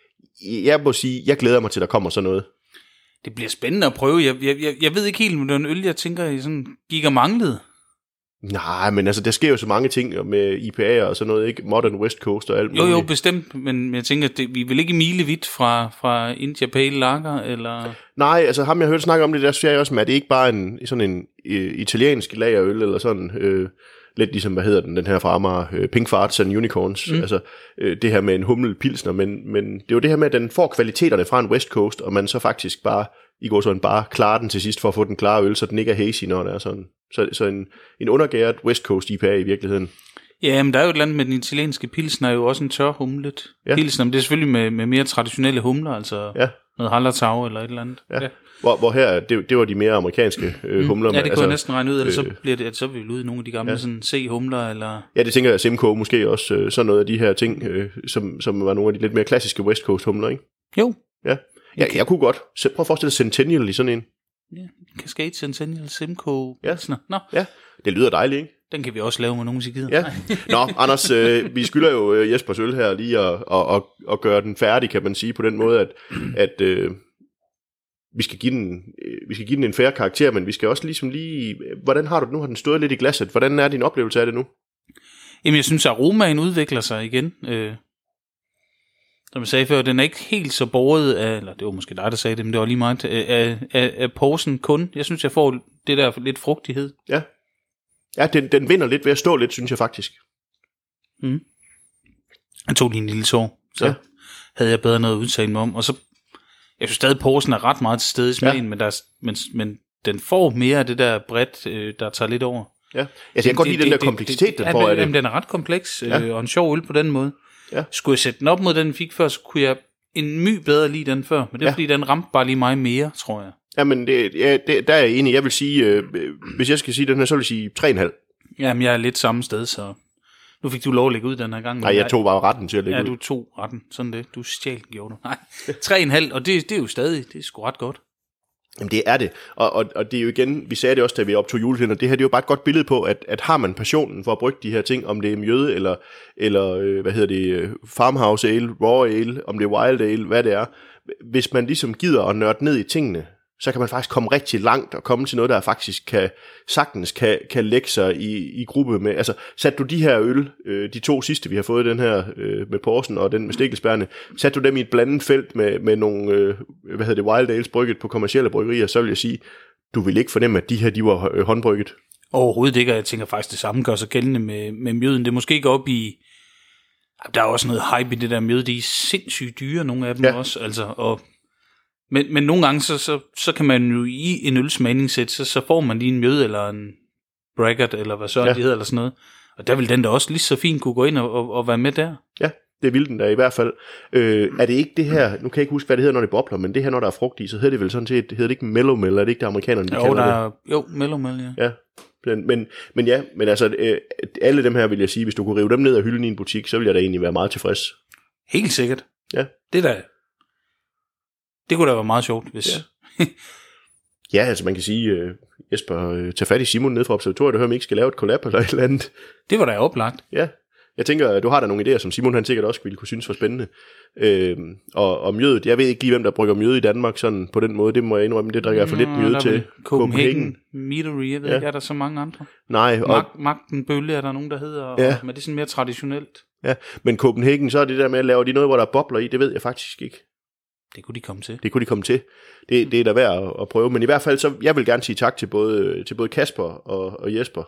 Jeg må sige, jeg glæder mig til, der kommer sådan noget. Det bliver spændende at prøve. Jeg ved ikke helt, om det er en øl, jeg tænker, jeg sådan gik og manglede. Nej, men altså, der sker jo så mange ting med IPA'er og sådan noget, ikke? Modern West Coast og alt muligt. Jo, bestemt, men jeg tænker, vi er vel ikke milevidt fra India Pale Lager, eller... Nej, altså ham jeg hørte snakke om det, der siger jeg også, at det ikke bare sådan en italiensk lagerøl, eller sådan, lidt ligesom, hvad hedder den her fra Amager, Pink Farts and Unicorns, altså det her med en hummelpilsner, men det er jo det her med, at den får kvaliteterne fra en West Coast, og man så faktisk bare klarer den til sidst for at få den klare øl, så den ikke er hazy, når det er sådan. Så en undergæret West Coast IPA i virkeligheden. Ja, men der er jo et eller andet med den italienske pilsner, er jo også en tør humlet pilsner, men det er selvfølgelig med mere traditionelle humler, altså noget Hallertau eller et eller andet. Ja. Hvor her, det var de mere amerikanske humler. Ja, det kunne jeg næsten regne ud, eller så bliver det, så vil vi ud i nogle af de gamle sådan C-humler, eller... Ja, det tænker jeg, Simcoe måske også, sådan noget af de her ting, som var nogle af de lidt mere klassiske West Coast humler, ikke? Jo. Ja, jeg kunne godt. Prøv at forestille dig Centennial i sådan en. Ja, Cascade, Centennial, Simcoe. Ja. Nå. Ja, det lyder dejligt, ikke? Den kan vi også lave med nogen, hvis I gider. Ja. Nå, Anders, vi skylder jo Jespers øl her lige at gøre den færdig, kan man sige, på den måde, at vi skal give den en fair karakter, men vi skal også ligesom hvordan har du det nu? Har den stået lidt i glasset? Hvordan er din oplevelse af det nu? Jamen, jeg synes, at aromaen udvikler sig igen. Som jeg sagde før, den er ikke helt så båret af, eller det var måske dig, der sagde det, men det var lige meget, af porsen kun. Jeg synes, jeg får det der lidt frugtighed. Ja. Ja, den vinder lidt ved at stå lidt, synes jeg faktisk. Jeg tog lige en lille tår, så havde jeg bedre noget at udtale mig om. Og så, jeg synes stadig, porsen er ret meget til stede i smagen, men den får mere af det der bredt, der tager lidt over. Ja, altså jeg kan godt lide den der kompleksitet, den får af det. Jamen, den er ret kompleks, og en sjov øl på den måde. Ja. Skulle jeg sætte den op mod den, fik før, så kunne jeg en my bedre lide den før. Men det er fordi, den ramte bare lige mig mere, tror jeg. Jamen, der er jeg enig. Jeg vil sige, hvis jeg skal sige den her, så vil jeg sige 3,5. Jamen, jeg er lidt samme sted, så... Nu fik du lov at lægge ud den her gang. Nej, jeg tog bare retten til at lægge ud. Ja, du tog retten. Sådan det. Du stjal, gjorde du. Nej, 3,5, og det er jo stadig, det er sgu ret godt. Jamen det er det, og det er jo igen, vi sagde det også, da vi optog juletiden, og det her det er jo bare et godt billede på, at har man passionen for at brygge de her ting, om det er mjøde, eller farmhouse ale, raw ale, om det er wild ale, hvad det er, hvis man ligesom gider at nørde ned i tingene, så kan man faktisk komme rigtig langt og komme til noget, der faktisk sagtens kan lægge sig i gruppe med. Altså, satte du de her øl, de 2 sidste, vi har fået, den her med Porsen og den med Stikkelsbærne, satte du dem i et blandet felt med nogle, wild ales brygget på kommercielle bryggerier, så vil jeg sige, du vil ikke fornemme, at de her, de var håndbrygget. Overhovedet ikke, og jeg tænker faktisk, det samme gør sig gældende med mjøden. Det er måske ikke op i... Der er også noget hype i det der mjøde, de er sindssygt dyre, nogle af dem også, altså, og... Men nogle gange, så kan man jo i en ølsmagningssæt, så får man lige en mjød, eller en bracket, eller hvad så de hedder, eller sådan noget. Og der vil den da også lige så fint kunne gå ind og være med der. Ja, det vil den da i hvert fald. Er det ikke det her, nu kan jeg ikke huske, hvad det hedder, når det bobler, men det her, når der er frugt i, så hedder det vel sådan set, hedder det ikke mellow mel, er det ikke det amerikanerne, de kalder det? Jo, mellow mel, ja. Men altså, alle dem her vil jeg sige, hvis du kunne rive dem ned af hylden i en butik, så vil jeg da egentlig være meget tilfreds. Helt sikkert. Ja. Det kunne da være meget sjovt, hvis... Ja, ja, altså man kan sige, Jesper, tag fat i Simon nede fra Observatoriet, og hør, om I ikke skal lave et collab eller et eller andet. Det var da oplagt. Ja, jeg tænker, du har da nogle idéer, som Simon han sikkert også ville kunne synes var spændende. Og mjødet, jeg ved ikke lige, hvem der brygger mjøde i Danmark sådan på den måde, det må jeg indrømme, det drikker jeg for lidt mjøde til. Copenhagen Meadery, jeg ved ikke, er der så mange andre? Nej. Magten Bølle er der nogen, der hedder, men det er sådan mere traditionelt. Ja, men Copenhagen, så er det der med at lave de noget, hvor der er bobler i, det ved jeg faktisk ikke. Det kunne de komme til. Det er da værd at prøve. Men i hvert fald, så jeg vil gerne sige tak til både Kasper og Jesper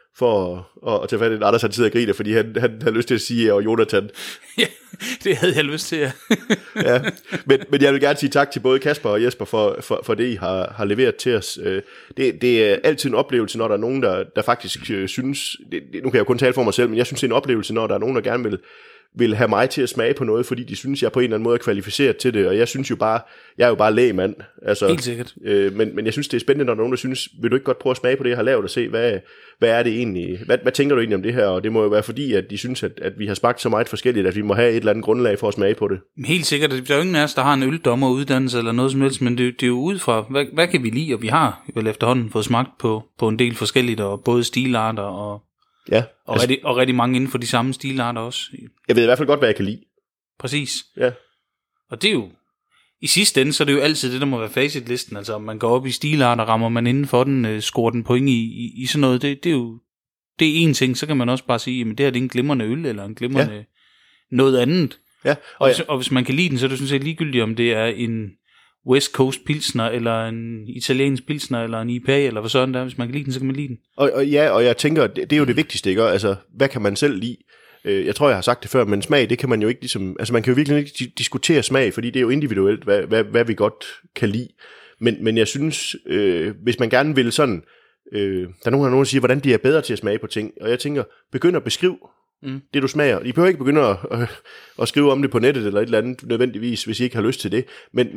for at tage fat i Anders, han sidder og griner, fordi han har lyst til at sige, og Jonathan. Ja, det havde jeg lyst til, ja. Ja. Men jeg vil gerne sige tak til både Kasper og Jesper for det, I har leveret til os. Det er altid en oplevelse, når der er nogen, der faktisk synes, nu kan jeg jo kun tale for mig selv, men jeg synes, det er en oplevelse, når der er nogen, der gerne vil have mig til at smage på noget, fordi de synes, jeg på en eller anden måde er kvalificeret til det, og jeg synes jo bare, jeg er jo bare lægmand. Altså, helt sikkert. Men jeg synes, det er spændende, når der er nogen, der synes, vil du ikke godt prøve at smage på det, jeg har lavet, og se, hvad er det egentlig, hvad tænker du egentlig om det her, og det må jo være fordi, at de synes, at vi har smagt så meget forskelligt, at vi må have et eller andet grundlag for at smage på det. Helt sikkert, der er jo ingen af os, der har en øldommeruddannelse eller noget som helst, men det er jo ud fra, hvad kan vi lide, og vi har vel efterhånden fået smagt på en del forskelligt, og både stilarter og... Ja, og rigtig mange inden for de samme stilarter også. Jeg ved i hvert fald godt, hvad jeg kan lide. Præcis. Ja. Og det er jo, i sidste ende, så er det jo altid det, der må være facitlisten. Altså, om man går op i stilarter, rammer man inden for den, scorer den point i sådan noget. Det er jo, det er en ting, så kan man også bare sige, jamen det her det er en glimrende øl, eller en glimrende noget andet. Ja. Og hvis man kan lide den, så er det sådan set ligegyldigt, om det er en West Coast Pilsner, eller en italiensk Pilsner, eller en IPA, eller hvad sådan der. Hvis man kan lide den, så kan man lide den. Og jeg tænker, det er jo det vigtigste, ikke? Altså, hvad kan man selv lide? Jeg tror, jeg har sagt det før, men smag, det kan man jo ikke ligesom... Altså, man kan jo virkelig ikke diskutere smag, fordi det er jo individuelt, hvad vi godt kan lide. Men jeg synes, hvis man gerne vil sådan... der er nogen, der siger, hvordan de er bedre til at smage på ting. Og jeg tænker, begynd at beskrive det, du smager. I behøver ikke begynde at skrive om det på nettet, eller et eller andet nødvendigvis, hvis I ikke har lyst til det. Men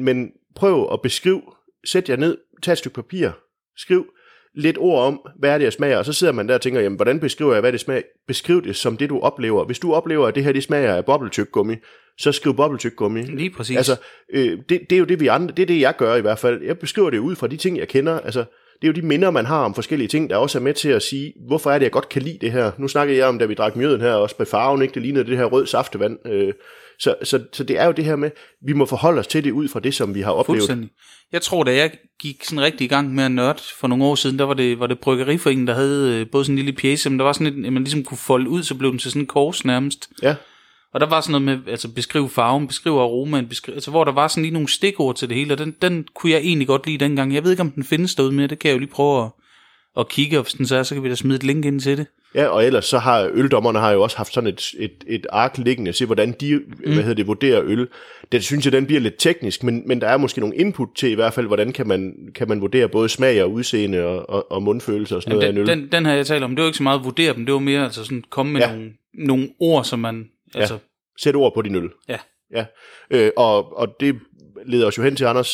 prøv at beskrive, sæt jer ned, tag et stykke papir, skriv lidt ord om, hvad er det, jeg smager, og så sidder man der og tænker, jamen, hvordan beskriver jeg, hvad det smager? Beskriv det som det, du oplever. Hvis du oplever, at det her, det smager af bobbeltyggegummi, så skriv bobbeltyggegummi. Lige præcis. Altså, det er jo det, vi andre, det er det, jeg gør i hvert fald. Jeg beskriver det ud fra de ting, jeg kender. Altså, det er jo de minder, man har om forskellige ting, der også er med til at sige, hvorfor er det, jeg godt kan lide det her. Nu snakkede jeg om, da vi drak mjøden her, også med farven, ikke? Det lignede det her rød saftevand. Så det er jo det her med, vi må forholde os til det ud fra det, som vi har oplevet. Fuldstændig. Jeg tror, da jeg gik sådan rigtig i gang med at nørde for nogle år siden, der var det Bryggeriforeningen, der havde både sådan en lille pjece, men der var sådan et, man ligesom kunne folde ud, så blev den til sådan en kors nærmest. Ja. Og der var sådan noget med, altså beskrive farven, beskrive aromaen, altså hvor der var sådan lige nogle stikord til det hele, og den kunne jeg egentlig godt lide dengang. Jeg ved ikke, om den findes derude mere, det kan jeg jo lige prøve at kigge, og hvis den så er, så kan vi da smide et link ind til det. Ja, og ellers så har øldommerne har jo også haft sådan et ark liggende til, hvordan de vurderer øl. Det synes jeg, den bliver lidt teknisk, men der er måske nogle input til i hvert fald, hvordan kan man vurdere både smag og udseende og mundfølelse og sådan noget af en øl. Den her jeg taler om, det var ikke så meget at vurdere dem, det var mere altså sådan komme med nogle ord, som man... Altså... Ja. Sæt ord på din øl. Ja. Og det leder os jo hen til, Anders,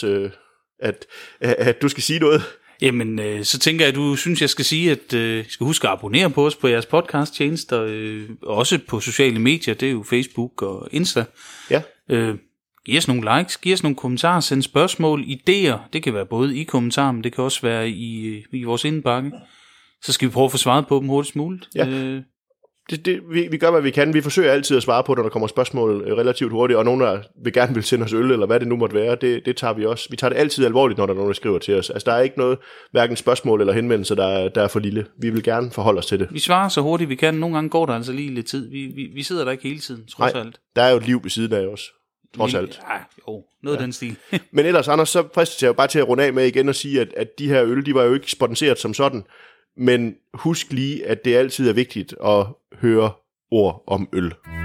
at du skal sige noget. Jamen, så tænker jeg, at du synes, jeg skal sige, at I skal huske at abonnere på os på jeres podcast-tjenester, også på sociale medier, det er jo Facebook og Insta. Ja. Giv os nogle likes, giv os nogle kommentarer, send spørgsmål, idéer, det kan være både i kommentarer, men det kan også være i vores indbakke. Så skal vi prøve at få svaret på dem hurtigst muligt. Ja. Vi gør, hvad vi kan. Vi forsøger altid at svare på, når der kommer spørgsmål relativt hurtigt, og nogen, der gerne vil sende os øl, eller hvad det nu måtte være, det tager vi også. Vi tager det altid alvorligt, når der er nogen, der skriver til os. Altså, der er ikke noget, hverken spørgsmål eller henvendelser, der er for lille. Vi vil gerne forholde os til det. Vi svarer så hurtigt, vi kan. Nogle gange går der altså lige lidt tid. Vi sidder der ikke hele tiden, trods alt. Der er jo et liv ved siden af os. Trods alt. Ja, jo, noget af den stil. Men ellers, Anders, så fristes jeg jo bare til at runde af med igen og sige, at de her øl, de var jo ikke sponsoreret som sådan. Men husk lige, at det altid er vigtigt at høre ord om øl.